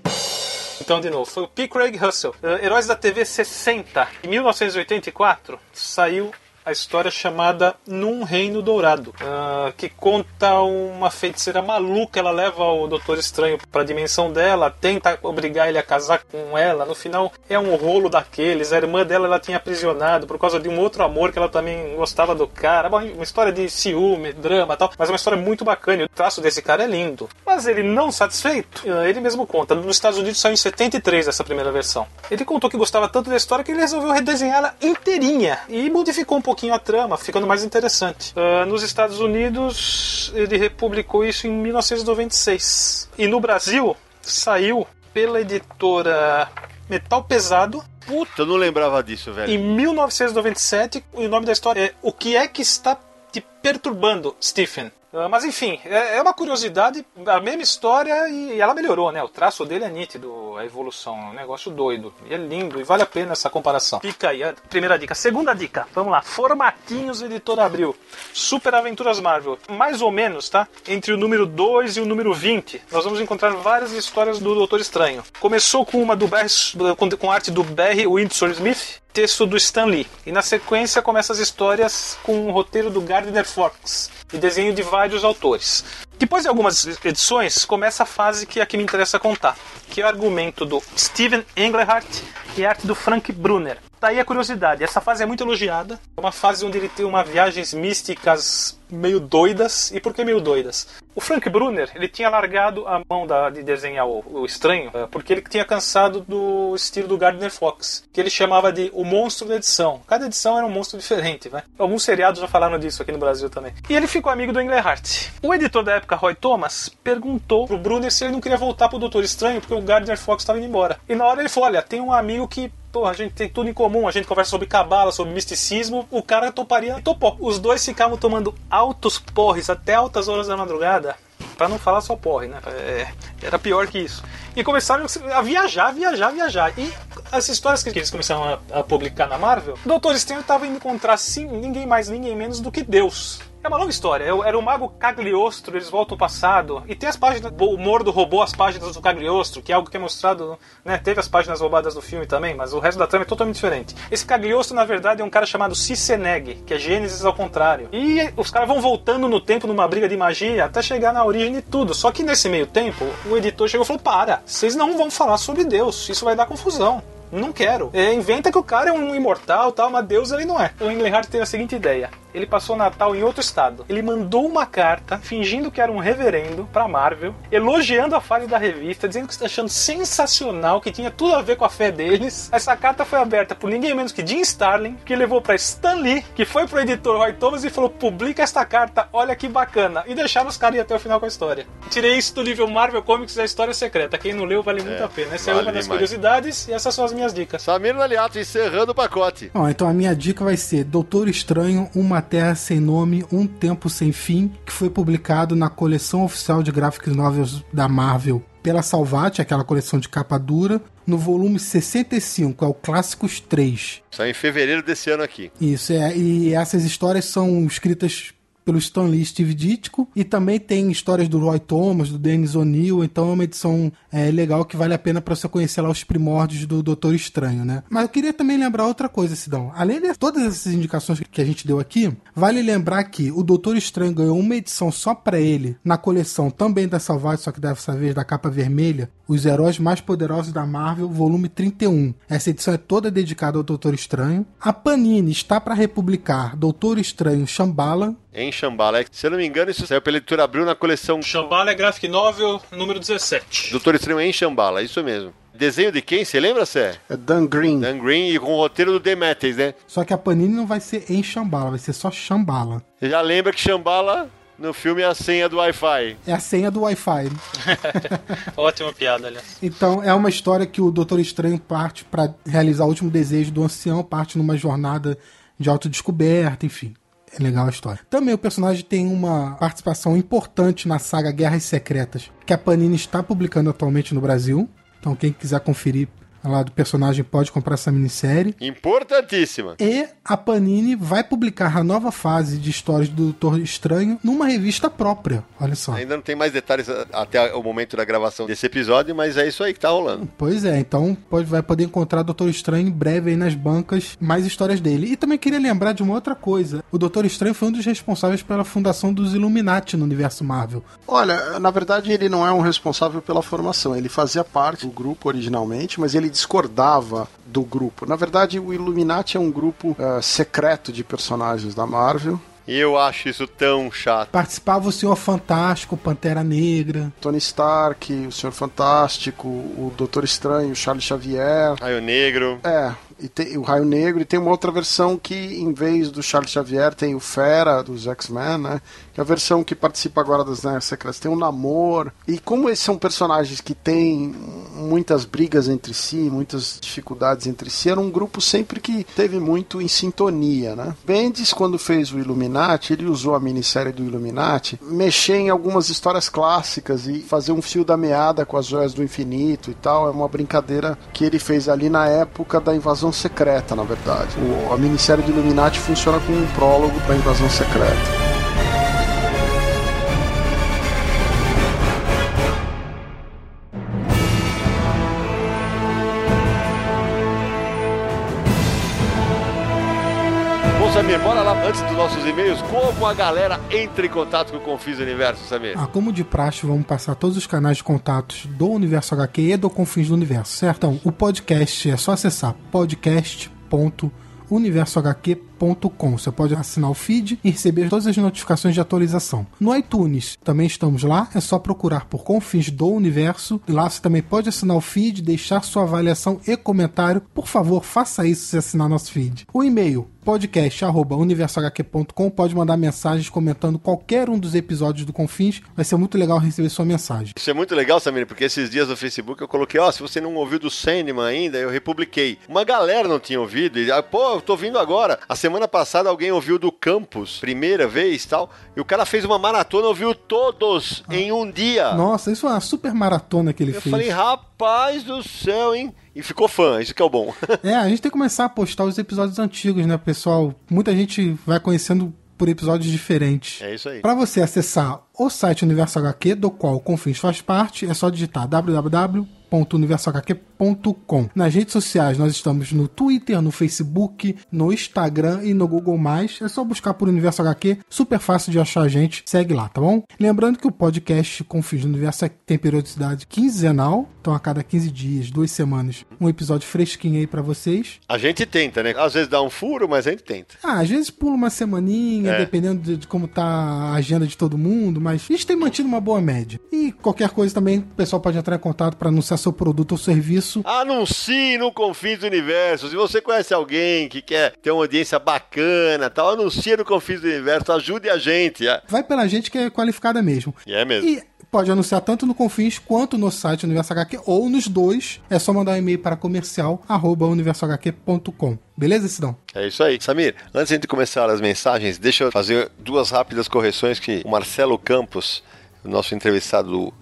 Então, de novo, foi o P. Craig Russell. Uh, Heróis da T V sessenta. Em mil novecentos e oitenta e quatro, saiu a história chamada Num Reino Dourado, uh, que conta uma feiticeira maluca. Ela leva o Doutor Estranho para a dimensão dela, tenta obrigar ele a casar com ela. No final é um rolo daqueles. A irmã dela ela tinha aprisionado por causa de um outro amor, que ela também gostava do cara. Bom, uma história de ciúme, drama e tal, mas é uma história muito bacana. O traço desse cara é lindo. Mas ele, não satisfeito, ele mesmo conta, nos Estados Unidos saiu em setenta e três essa primeira versão. Ele contou que gostava tanto da história que ele resolveu redesenhá-la inteirinha e modificou um pouquinho a trama, ficando mais interessante. Uh, nos Estados Unidos, ele republicou isso em mil novecentos e noventa e seis. E no Brasil, saiu pela editora Metal Pesado. Puta, eu não lembrava disso, velho. Em mil novecentos e noventa e sete, o nome da história é O que é que está te perturbando, Stephen? Uh, mas enfim, é, é uma curiosidade, a mesma história e ela melhorou, né? O traço dele é nítido, a evolução, é um negócio doido. E é lindo, e vale a pena essa comparação. Fica aí a primeira dica. Segunda dica, vamos lá. Formatinhos Editora Abril. Super Aventuras Marvel. Mais ou menos, tá? Entre o número dois e o número vinte, nós vamos encontrar várias histórias do Doutor Estranho. Começou com uma do Barry, com, com arte do Barry Windsor Smith, texto do Stan Lee. E na sequência começa as histórias com o roteiro do Gardner Fox e desenho de vários autores. Depois de algumas edições, começa a fase que é a que me interessa contar, que é o argumento do Steven Englehart e a arte do Frank Brunner. Daí a curiosidade, essa fase é muito elogiada, é uma fase onde ele tem umas viagens místicas meio doidas. E por que meio doidas? O Frank Brunner, ele tinha largado a mão da, de desenhar o, o Estranho, porque ele tinha cansado do estilo do Gardner Fox, que ele chamava de o monstro da edição. Cada edição era um monstro diferente, né? Alguns seriados já falaram disso aqui no Brasil também. E ele ficou amigo do Englehart. O editor da época, Roy Thomas, perguntou pro Brunner se ele não queria voltar pro Doutor Estranho, porque o Gardner Fox estava indo embora. E na hora ele falou, olha, tem um amigo que... Pô, a gente tem tudo em comum, a gente conversa sobre cabala, sobre misticismo, o cara toparia e topou. Os dois ficavam tomando altos porres até altas horas da madrugada, pra não falar só porre, né? É, era pior que isso. E começaram a viajar, viajar, viajar. E as histórias que eles começaram a, a publicar na Marvel, o Doutor Estranho estava indo encontrar sim, ninguém mais, ninguém menos do que Deus. É uma longa história. Era o Mago Cagliostro, eles voltam ao passado. E tem as páginas... O Mordo roubou as páginas do Cagliostro, que é algo que é mostrado... Né? Teve as páginas roubadas do filme também, mas o resto da trama é totalmente diferente. Esse Cagliostro, na verdade, é um cara chamado Ciceneg, que é Gênesis ao contrário. E os caras vão voltando no tempo numa briga de magia até chegar na origem de tudo. Só que nesse meio tempo, o editor chegou e falou, para, vocês não vão falar sobre Deus, isso vai dar confusão. Não quero. É, inventa que o cara é um imortal, tal, mas Deus ele não é. O Englehart teve a seguinte ideia. Ele passou o Natal em outro estado. Ele mandou uma carta, fingindo que era um reverendo, pra Marvel, elogiando a fase da revista, dizendo que está achando sensacional, que tinha tudo a ver com a fé deles. Essa carta foi aberta por ninguém menos que Jim Starlin, que levou pra Stan Lee, que foi pro editor Roy Thomas e falou, publica esta carta, olha que bacana. E deixaram os caras ir até o final com a história. Tirei isso do livro Marvel Comics da História Secreta. Quem não leu, vale muito é, a pena. Essa vale é uma das demais. curiosidades e essas são as minhas dicas. Samir Naliato encerrando o pacote. Bom, então a minha dica vai ser Doutor Estranho, Uma Terra Sem Nome, Um Tempo Sem Fim, que foi publicado na coleção oficial de graphic novels da Marvel pela Salvat, aquela coleção de capa dura, no volume sessenta e cinco, é o Clássicos três. Saiu em fevereiro desse ano aqui. Isso, é, e essas histórias são escritas pelo Stan Lee e Steve Ditko, e também tem histórias do Roy Thomas, do Dennis O'Neil, então é uma edição é, legal que vale a pena para você conhecer lá os primórdios do Doutor Estranho, né? Mas eu queria também lembrar outra coisa, Sidão. Além de todas essas indicações que a gente deu aqui, vale lembrar que o Doutor Estranho ganhou uma edição só para ele, na coleção também da Salvage, só que dessa vez da capa vermelha, Os Heróis Mais Poderosos da Marvel, volume trinta e um. Essa edição é toda dedicada ao Doutor Estranho. A Panini está para republicar Doutor Estranho Shambhala. Em Shambhala. Se eu não me engano, isso saiu pela Editora Abril na coleção Shambhala é Graphic Novel número dezessete. Doutor Estranho em Shambhala, isso mesmo. Desenho de quem? Você lembra, Sé? É Dan Green. Dan Green e com o roteiro do Demetrius, né? Só que a Panini não vai ser em Shambhala, vai ser só Shambhala. Você já lembra que Shambhala no filme é a senha do Wi-Fi. É a senha do Wi-Fi. Ótima piada, aliás. Então, é uma história que o Doutor Estranho parte para realizar o último desejo do ancião, parte numa jornada de autodescoberta, enfim. É legal a história. Também o personagem tem uma participação importante na saga Guerras Secretas, que a Panini está publicando atualmente no Brasil. Então quem quiser conferir lá do personagem pode comprar essa minissérie. Importantíssima. E a Panini vai publicar a nova fase de histórias do Doutor Estranho numa revista própria. Olha só. Ainda não tem mais detalhes até o momento da gravação desse episódio, mas é isso aí que tá rolando. Pois é, então pode, vai poder encontrar o Doutor Estranho em breve aí nas bancas, mais histórias dele. E também queria lembrar de uma outra coisa. O Doutor Estranho foi um dos responsáveis pela fundação dos Illuminati no universo Marvel. Olha, na verdade ele não é um responsável pela formação. Ele fazia parte do grupo originalmente, mas ele discordava do grupo. Na verdade, o Illuminati é um grupo uh, secreto de personagens da Marvel. E eu acho isso tão chato. Participava o Senhor Fantástico, Pantera Negra, Tony Stark, o Senhor Fantástico, o Doutor Estranho, o Charles Xavier. Raio Negro. É, e tem o Raio Negro, e tem uma outra versão que, em vez do Charles Xavier, tem o Fera, dos X-Men, né? Que é a versão que participa agora das Guerras Secretas. Tem o Namor. E como esses são personagens que têm muitas brigas entre si, muitas dificuldades entre si, era um grupo sempre que teve muito em sintonia, né? Bendis, quando fez o Illuminati, ele usou a minissérie do Illuminati, mexer em algumas histórias clássicas e fazer um fio da meada com as joias do infinito e tal. É uma brincadeira que ele fez ali na época da invasão secreta, na verdade. O, a minissérie do Illuminati funciona como um prólogo para a invasão secreta. Samir, bora lá antes dos nossos e-mails. Como a galera entra em contato com o Confins do Universo, Samir? Ah, como de praxe, vamos passar todos os canais de contatos do Universo H Q e do Confins do Universo, certo? Então, o podcast é só acessar podcast ponto universo h q ponto com. Você pode assinar o feed e receber todas as notificações de atualização. No iTunes também estamos lá, é só procurar por Confins do Universo. E lá você também pode assinar o feed, deixar sua avaliação e comentário. Por favor, faça isso se assinar nosso feed. O e-mail podcast arroba universo h q ponto com, pode mandar mensagens comentando qualquer um dos episódios do Confins. Vai ser muito legal receber sua mensagem. Isso é muito legal, Samir, porque esses dias no Facebook eu coloquei, ó, oh, se você não ouviu do Sandman ainda, eu republiquei. Uma galera não tinha ouvido e, pô, eu tô ouvindo agora. A semana passada alguém ouviu do Campus, primeira vez e tal, e o cara fez uma maratona, ouviu todos ah. em um dia. Nossa, isso é uma super maratona que ele eu fez. Eu falei, rapaz do céu, hein? E ficou fã, isso que é o bom. É, a gente tem que começar a postar os episódios antigos, né, pessoal? Muita gente vai conhecendo por episódios diferentes. É isso aí. Para você acessar o site Universo H Q, do qual o Confins faz parte, é só digitar w w w ponto universo h q ponto com. Nas redes sociais nós estamos no Twitter, no Facebook, no Instagram e no Google mais. É só buscar por Universo H Q, super fácil de achar a gente, segue lá, tá bom? Lembrando que o podcast Confins do Universo tem periodicidade quinzenal, então a cada quinze dias, duas semanas, um episódio fresquinho aí pra vocês. A gente tenta, né? Às vezes dá um furo, mas a gente tenta. Ah, às vezes pula uma semaninha, é. dependendo de, de como tá a agenda de todo mundo, mas a gente tem mantido uma boa média. E qualquer coisa também, o pessoal pode entrar em contato para anunciar seu produto ou serviço. Anuncie no Confins do Universo. Se você conhece alguém que quer ter uma audiência bacana, tal, anuncie no Confins do Universo, ajude a gente. É. Vai pela gente que é qualificada mesmo. E é mesmo. E pode anunciar tanto no Confins quanto no site Universo H Q, ou nos dois. É só mandar um e-mail para comercial arroba universo h q ponto com. Beleza, Sidão? É isso aí. Samir, antes de começar as mensagens, deixa eu fazer duas rápidas correções que o Marcelo Campos, o nosso entrevistado do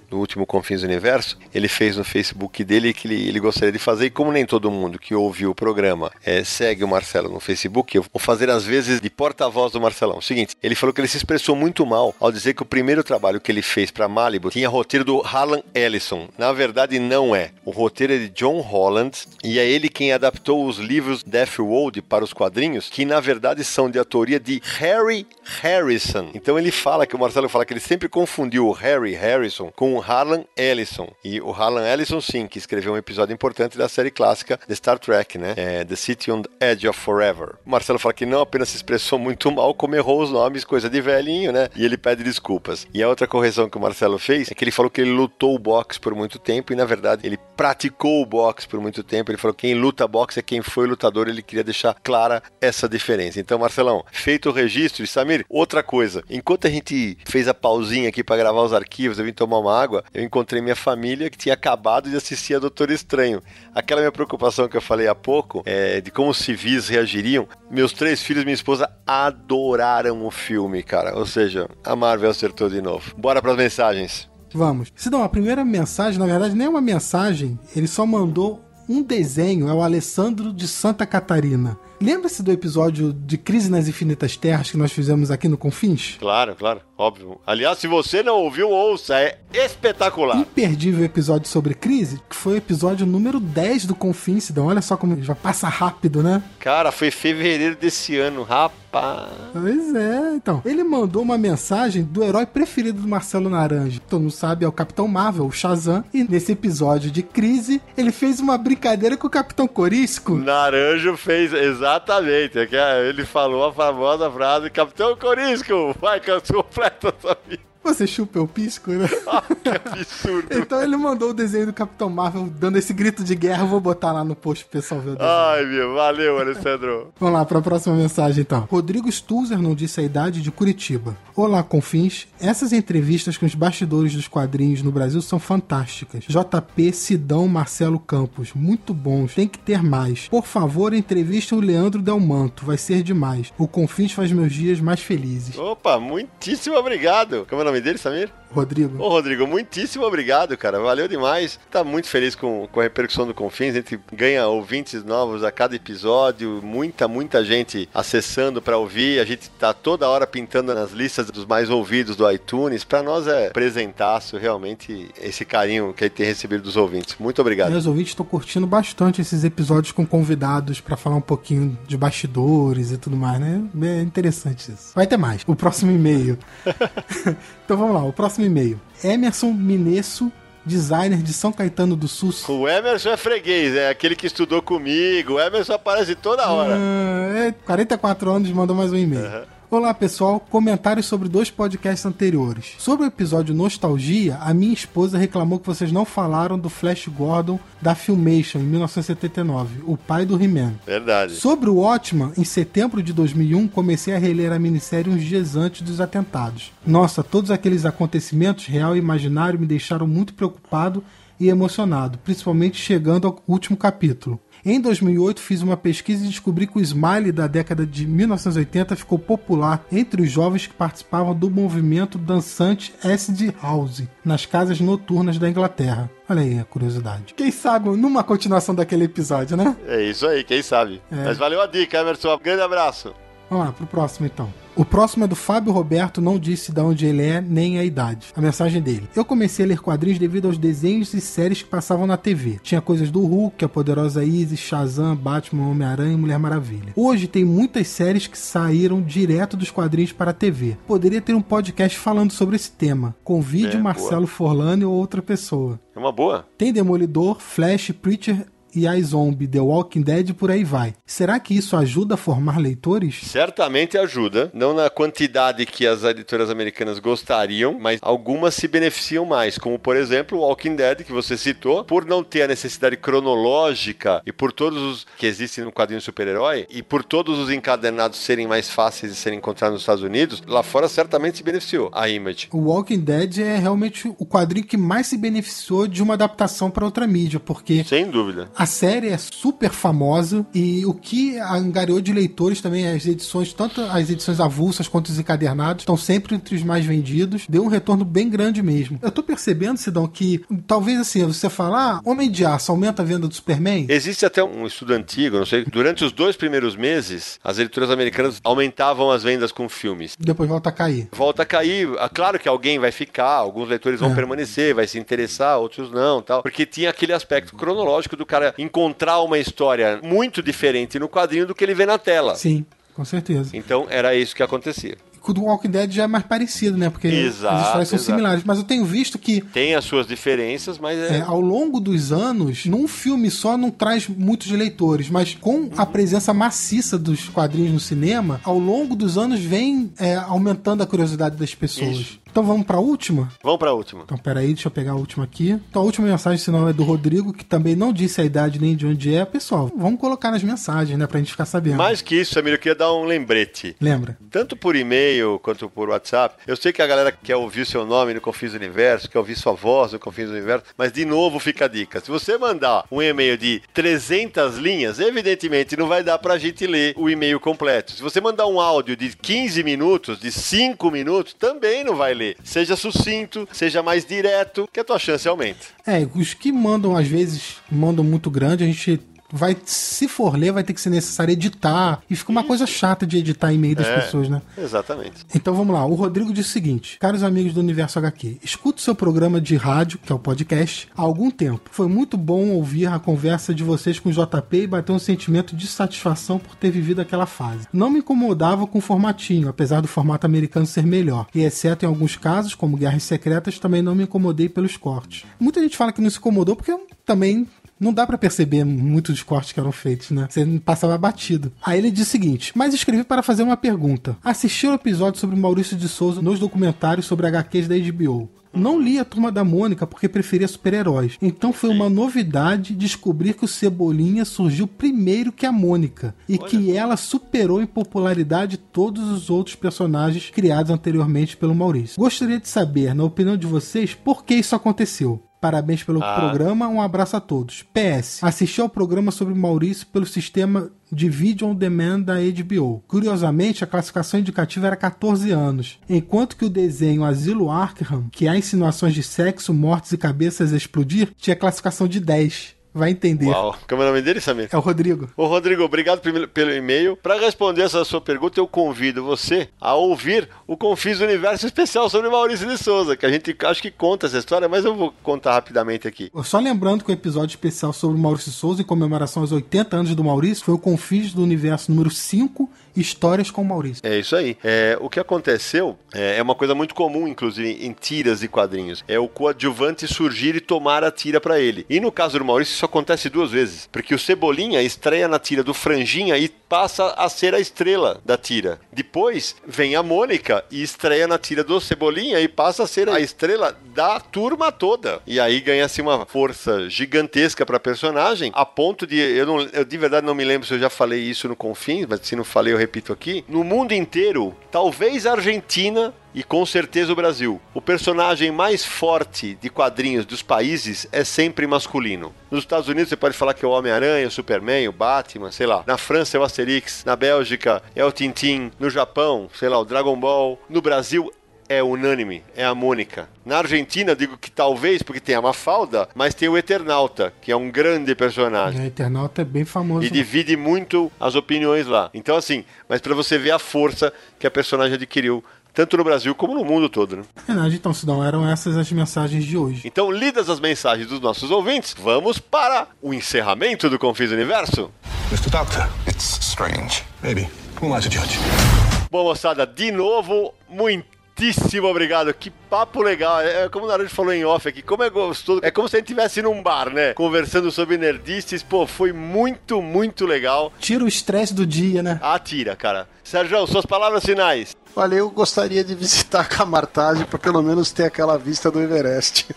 do último Confins do Universo, ele fez no Facebook dele que ele, ele gostaria de fazer, e como nem todo mundo que ouviu o programa é, segue o Marcelo no Facebook, eu vou fazer às vezes de porta-voz do Marcelão. O seguinte, ele falou que ele se expressou muito mal ao dizer que o primeiro trabalho que ele fez para Malibu tinha roteiro do Harlan Ellison. Na verdade, não é. O roteiro é de John Holland, e é ele quem adaptou os livros Deathworld para os quadrinhos, que na verdade são de autoria de Harry Harrison. Então ele fala, que o Marcelo fala que ele sempre confundiu o Harry Harrison com o Harlan Ellison. E o Harlan Ellison, sim, que escreveu um episódio importante da série clássica de Star Trek, né? É The City on the Edge of Forever. O Marcelo fala que não apenas se expressou muito mal, como errou os nomes, coisa de velhinho, né? E ele pede desculpas. E a outra correção que o Marcelo fez é que ele falou que ele lutou o boxe por muito tempo, e na verdade ele praticou o boxe por muito tempo. Ele falou que quem luta boxe é quem foi lutador. Ele queria deixar clara essa diferença. Então, Marcelão, feito o registro. E Samir, outra coisa, enquanto a gente fez a pausinha aqui pra gravar os arquivos, eu vim tomar uma água, eu encontrei minha família que tinha acabado de assistir a Doutor Estranho. Aquela minha preocupação que eu falei há pouco, é, de como os civis reagiriam, meus três filhos e minha esposa adoraram o filme, cara. Ou seja, a Marvel acertou de novo. Bora pras mensagens. Vamos. Sidão, a primeira mensagem, na verdade, nem é uma mensagem, ele só mandou um desenho, é o Alessandro de Santa Catarina. Lembra-se do episódio de Crise nas Infinitas Terras que nós fizemos aqui no Confins? Claro, claro, óbvio. Aliás, se você não ouviu, ouça, é espetacular. Imperdível episódio sobre crise, que foi o episódio número dez do Confins, Sidão. Olha só como já passa rápido, né? Cara, foi fevereiro desse ano, rapaz. Pois é, então. Ele mandou uma mensagem do herói preferido do Marcelo Naranjo. Todo mundo sabe, é o Capitão Marvel, o Shazam. E nesse episódio de crise, ele fez uma brincadeira com o Capitão Corisco. Naranjo fez, exatamente. Ele falou a famosa frase: Capitão Corisco, vai que eu completo a sua vida. Você chupa o pisco, né? Ah, que absurdo. Então ele mandou o desenho do Capitão Marvel dando esse grito de guerra. Eu vou botar lá no post pro pessoal ver o desenho. Ai, meu, valeu, Alessandro. Vamos lá para a próxima mensagem, então. Rodrigo Stulzer não disse a idade, de Curitiba. Olá, Confins. Essas entrevistas com os bastidores dos quadrinhos no Brasil são fantásticas. J P, Sidão, Marcelo Campos. Muito bons. Tem que ter mais. Por favor, entrevistem o Leandro Del Manto. Vai ser demais. O Confins faz meus dias mais felizes. Opa, muitíssimo obrigado. Como é o nome dele, Samir? Rodrigo. Ô, Rodrigo, muitíssimo obrigado, cara. Valeu demais. Tá muito feliz com, com a repercussão do Confins. A gente ganha ouvintes novos a cada episódio. Muita, muita gente acessando pra ouvir. A gente tá toda hora pintando nas listas dos mais ouvidos do iTunes. Pra nós é presentaço, realmente, esse carinho que a gente tem recebido dos ouvintes. Muito obrigado. Meus ouvintes estão curtindo bastante esses episódios com convidados pra falar um pouquinho de bastidores e tudo mais, né? É interessante isso. Vai ter mais. O próximo e-mail. Então vamos lá, o próximo e-mail. Emerson Minesso, designer de São Caetano do Sul. O Emerson é freguês, é aquele que estudou comigo. O Emerson aparece toda hora. Ah, é, quarenta e quatro anos, mandou mais um e-mail. Uhum. Olá, pessoal. Comentários sobre dois podcasts anteriores. Sobre o episódio Nostalgia, a minha esposa reclamou que vocês não falaram do Flash Gordon da Filmation, em mil novecentos e setenta e nove, o pai do He-Man. Verdade. Sobre o Watchmen, em setembro de dois mil e um, comecei a reler a minissérie uns dias antes dos atentados. Nossa, todos aqueles acontecimentos, real e imaginário, me deixaram muito preocupado e emocionado, principalmente chegando ao último capítulo. Em dois mil e oito, fiz uma pesquisa e descobri que o Smiley da década de mil novecentos e oitenta ficou popular entre os jovens que participavam do movimento dançante Acid House nas casas noturnas da Inglaterra. Olha aí a curiosidade. Quem sabe numa continuação daquele episódio, né? É isso aí, quem sabe. É. Mas valeu a dica, Emerson. Um grande abraço. Vamos lá, pro próximo então. O próximo é do Fábio Roberto, não disse de onde ele é, nem a idade. A mensagem dele. Eu comecei a ler quadrinhos devido aos desenhos e séries que passavam na T V. Tinha coisas do Hulk, a Poderosa Isis, Shazam, Batman, Homem-Aranha e Mulher Maravilha. Hoje tem muitas séries que saíram direto dos quadrinhos para a T V. Poderia ter um podcast falando sobre esse tema. Convide é, Marcelo boa. Forlani ou outra pessoa. É uma boa. Tem Demolidor, Flash, Preacher e iZombie, The Walking Dead, por aí vai. Será que isso ajuda a formar leitores? Certamente ajuda, não na quantidade que as editoras americanas gostariam, mas algumas se beneficiam mais, como por exemplo o Walking Dead, que você citou, por não ter a necessidade cronológica e por todos os que existem no quadrinho super-herói e por todos os encadernados serem mais fáceis de serem encontrados nos Estados Unidos, lá fora certamente se beneficiou a Image. O Walking Dead é realmente o quadrinho que mais se beneficiou de uma adaptação para outra mídia, porque sem dúvida. A A série é super famosa e o que angariou de leitores também, as edições, tanto as edições avulsas quanto os encadernados, estão sempre entre os mais vendidos. Deu um retorno bem grande mesmo. Eu tô percebendo, Sidão, que talvez assim, você falar, ah, Homem de Aço aumenta a venda do Superman? Existe até um estudo antigo, não sei, durante os dois primeiros meses, as editoras americanas aumentavam as vendas com filmes. Depois volta a cair. Volta a cair. Claro que alguém vai ficar, alguns leitores vão é. permanecer, vai se interessar, outros não, tal. Porque tinha aquele aspecto cronológico do cara encontrar uma história muito diferente no quadrinho do que ele vê na tela. Sim, com certeza. Então era isso que acontecia. O do Walking Dead já é mais parecido, né? Porque exato, as histórias são exato. similares. Mas eu tenho visto que... tem as suas diferenças, mas... É... É, ao longo dos anos, num filme só não traz muitos leitores, mas com uhum. a presença maciça dos quadrinhos no cinema, ao longo dos anos vem é, aumentando a curiosidade das pessoas. Isso. Então vamos pra última? Vamos pra última. Então peraí, deixa eu pegar a última aqui. Então a última mensagem, senão é do Rodrigo, que também não disse a idade nem de onde é. Pessoal, vamos colocar nas mensagens, né? Pra gente ficar sabendo. Mais que isso, Samir, eu queria dar um lembrete. Lembra? Tanto por e-mail quanto por WhatsApp. Eu sei que a galera quer ouvir seu nome no Confins do Universo, quer ouvir sua voz no Confins do Universo, mas de novo fica a dica. Se você mandar um e-mail de trezentas linhas, evidentemente não vai dar pra gente ler o e-mail completo. Se você mandar um áudio de quinze minutos, de cinco minutos, também não vai ler. Seja sucinto, seja mais direto, que a tua chance aumenta. É, os que mandam, às vezes, mandam muito grande, a gente... vai, se for ler, vai ter que ser necessário editar. E fica uma Isso. coisa chata de editar e-mail das é, pessoas, né? Exatamente. Então vamos lá. O Rodrigo disse o seguinte: caros amigos do Universo agá quê, escuto seu programa de rádio, que é o podcast, há algum tempo. Foi muito bom ouvir a conversa de vocês com o J P e bater um sentimento de satisfação por ter vivido aquela fase. Não me incomodava com o formatinho, apesar do formato americano ser melhor. E exceto em alguns casos, como Guerras Secretas, também não me incomodei pelos cortes. Muita gente fala que não se incomodou porque também... não dá pra perceber muito dos cortes que eram feitos, né? Você passava batido. Aí ele diz o seguinte: mas escrevi para fazer uma pergunta. Assisti o episódio sobre Maurício de Souza nos documentários sobre agá quês da H B O. Não li a Turma da Mônica porque preferia super-heróis. Então foi uma novidade descobrir que o Cebolinha surgiu primeiro que a Mônica. E Olha. que ela superou em popularidade todos os outros personagens criados anteriormente pelo Maurício. Gostaria de saber, na opinião de vocês, por que isso aconteceu. Parabéns pelo ah. programa, um abraço a todos. P S. Assisti ao programa sobre Maurício pelo sistema de Video on Demand da H B O. Curiosamente, a classificação indicativa era catorze anos, enquanto que o desenho Asilo Arkham, que há insinuações de sexo, mortes e cabeças a explodir, tinha classificação de dez. Vai entender. Uau. Como é o nome dele, Samir? É o Rodrigo. Ô, Rodrigo, obrigado pelo e-mail. Para responder essa sua pergunta, eu convido você a ouvir o Confins do Universo especial sobre Maurício de Souza, que a gente acho que conta essa história, mas eu vou contar rapidamente aqui. Só lembrando que o episódio especial sobre o Maurício de Souza, em comemoração aos oitenta anos do Maurício, foi o Confins do Universo número cinco, Histórias com Maurício. É isso aí. É, o que aconteceu é, é uma coisa muito comum, inclusive, em tiras de quadrinhos. É o coadjuvante surgir e tomar a tira para ele. E no caso do Maurício, isso acontece duas vezes. Porque o Cebolinha estreia na tira do Franjinha e passa a ser a estrela da tira. Depois, vem a Mônica e estreia na tira do Cebolinha e passa a ser a estrela da turma toda. E aí ganha-se uma força gigantesca para personagem, a ponto de... Eu, não, eu de verdade não me lembro se eu já falei isso no Confins, mas se não falei, eu repito aqui. No mundo inteiro, talvez a Argentina... e com certeza o Brasil. O personagem mais forte de quadrinhos dos países é sempre masculino. Nos Estados Unidos você pode falar que é o Homem-Aranha, o Superman, o Batman, sei lá. Na França é o Asterix, na Bélgica é o Tintin, no Japão, sei lá, o Dragon Ball. No Brasil é unânime, é a Mônica. Na Argentina, digo que talvez, porque tem a Mafalda, mas tem o Eternauta, que é um grande personagem. O Eternauta é bem famoso. E divide muito as opiniões lá. Então assim, mas pra você ver a força que a personagem adquiriu, tanto no Brasil como no mundo todo, né? Verdade, então, Sidão, eram essas as mensagens de hoje. Então, lidas as mensagens dos nossos ouvintes, vamos para o encerramento do Confins Universo. mister Doctor, it's strange. Maybe. Who am I to judge? Bom, moçada, de novo, muitíssimo obrigado. Que papo legal. É como o Naranjo falou em off aqui, como é gostoso. É como se a gente estivesse num bar, né? Conversando sobre nerdices. Pô, foi muito, muito legal. Tira o estresse do dia, né? Ah, tira, cara. Sérgio, suas palavras finais. Olha, eu gostaria de visitar a Camartage para pelo menos ter aquela vista do Everest.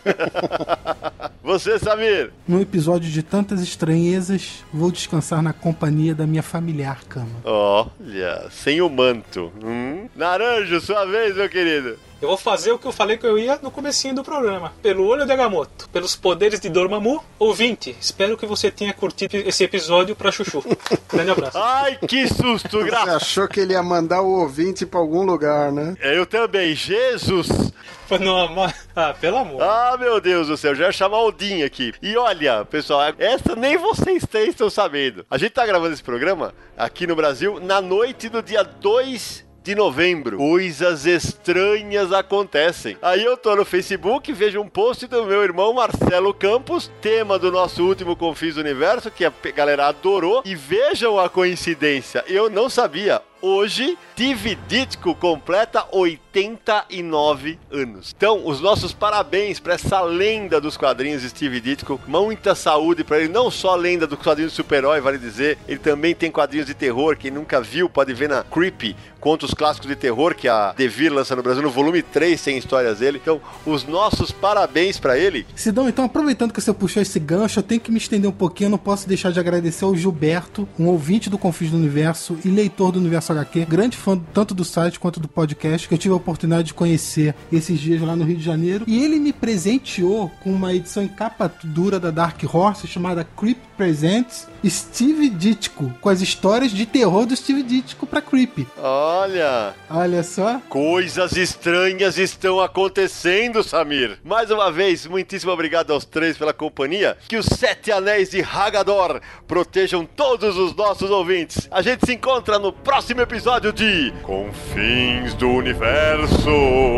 Você, Samir? Num episódio de tantas estranhezas, vou descansar na companhia da minha familiar cama. Olha, sem o manto. Hum? Naranjo, sua vez, meu querido. Eu vou fazer o que eu falei que eu ia no comecinho do programa. Pelo olho de Agamotto, pelos poderes de Dormammu. Ouvinte, espero que você tenha curtido esse episódio pra Chuchu. Grande abraço. Ai, que susto, graças. Você achou que ele ia mandar o ouvinte pra algum lugar, né? Eu também, Jesus. Não, ah, pelo amor. Ah, meu Deus do céu, já ia chamar o Dinho aqui. E olha, pessoal, essa nem vocês três estão sabendo. A gente tá gravando esse programa aqui no Brasil na noite do dia dois de novembro. Coisas estranhas acontecem. Aí eu tô no Facebook, vejo um post do meu irmão Marcelo Campos, tema do nosso último Confins do Universo, que a galera adorou. E vejam a coincidência, eu não sabia. Hoje, Steve Ditko completa oitenta e nove anos. Então, os nossos parabéns para essa lenda dos quadrinhos de Steve Ditko. Muita saúde para ele. Não só a lenda dos quadrinhos de super-herói, vale dizer. Ele também tem quadrinhos de terror. Quem nunca viu pode ver na Creepy, contos clássicos de terror que a Devir lança no Brasil, no volume três, tem histórias dele. Então, os nossos parabéns para ele. Sidão, então, aproveitando que você puxou esse gancho, eu tenho que me estender um pouquinho. Eu não posso deixar de agradecer ao Gilberto, um ouvinte do Confins do Universo e leitor do Universo H Q, grande fã tanto do site quanto do podcast, que eu tive a oportunidade de conhecer esses dias lá no Rio de Janeiro, e ele me presenteou com uma edição em capa dura da Dark Horse chamada Creep Presents Steve Ditko, com as histórias de terror do Steve Ditko pra Creep. Olha! Olha só. Coisas estranhas estão acontecendo, Samir. Mais uma vez, muitíssimo obrigado aos três pela companhia. Que os sete anéis de Hagador protejam todos os nossos ouvintes. A gente se encontra no próximo episódio de Confins do Universo.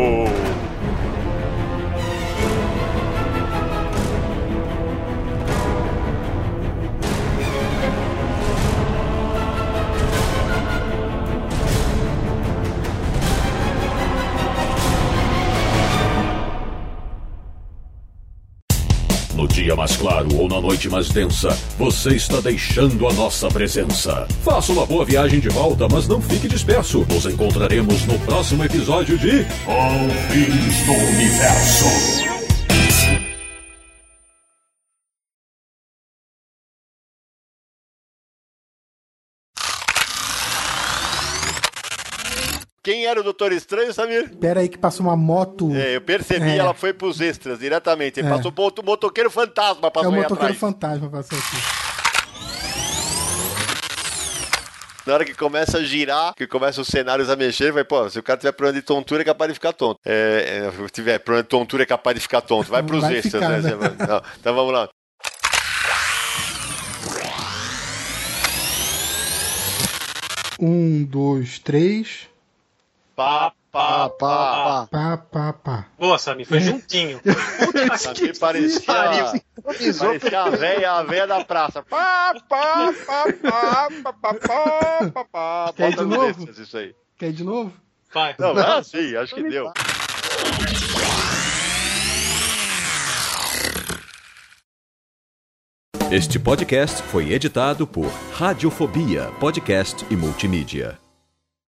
No dia mais claro ou na noite mais densa, você está deixando a nossa presença. Faça uma boa viagem de volta, mas não fique disperso. Nos encontraremos no próximo episódio de Confins do Universo. Quem era o Doutor Estranho, Samir? Pera aí que passou uma moto. É, eu percebi, é. ela foi pros extras diretamente. Ele É. passou o motoqueiro fantasma, passou É o aí motoqueiro atrás. fantasma passou aqui. Na hora que começa a girar, que começa os cenários a mexer, vai, pô, se o cara tiver problema de tontura, é capaz de ficar tonto. É, é, se tiver problema de tontura, é capaz de ficar tonto. Vai pros Vai extras, ficar, né? né? Não, então vamos lá. Um, dois, três. Pá, pá, pá. Pá, pá, pá. Boa, Samir, foi juntinho. Samir parecia, parecia a véia, a véia da praça. Pá, pá, pá, pá, pá, pá, pá, pá, pá. Quer ir Bota de nos novo? extras isso aí. Quer ir de novo? Vai. Não, é assim, acho que deu. Este podcast foi editado por Radiofobia, podcast e multimídia.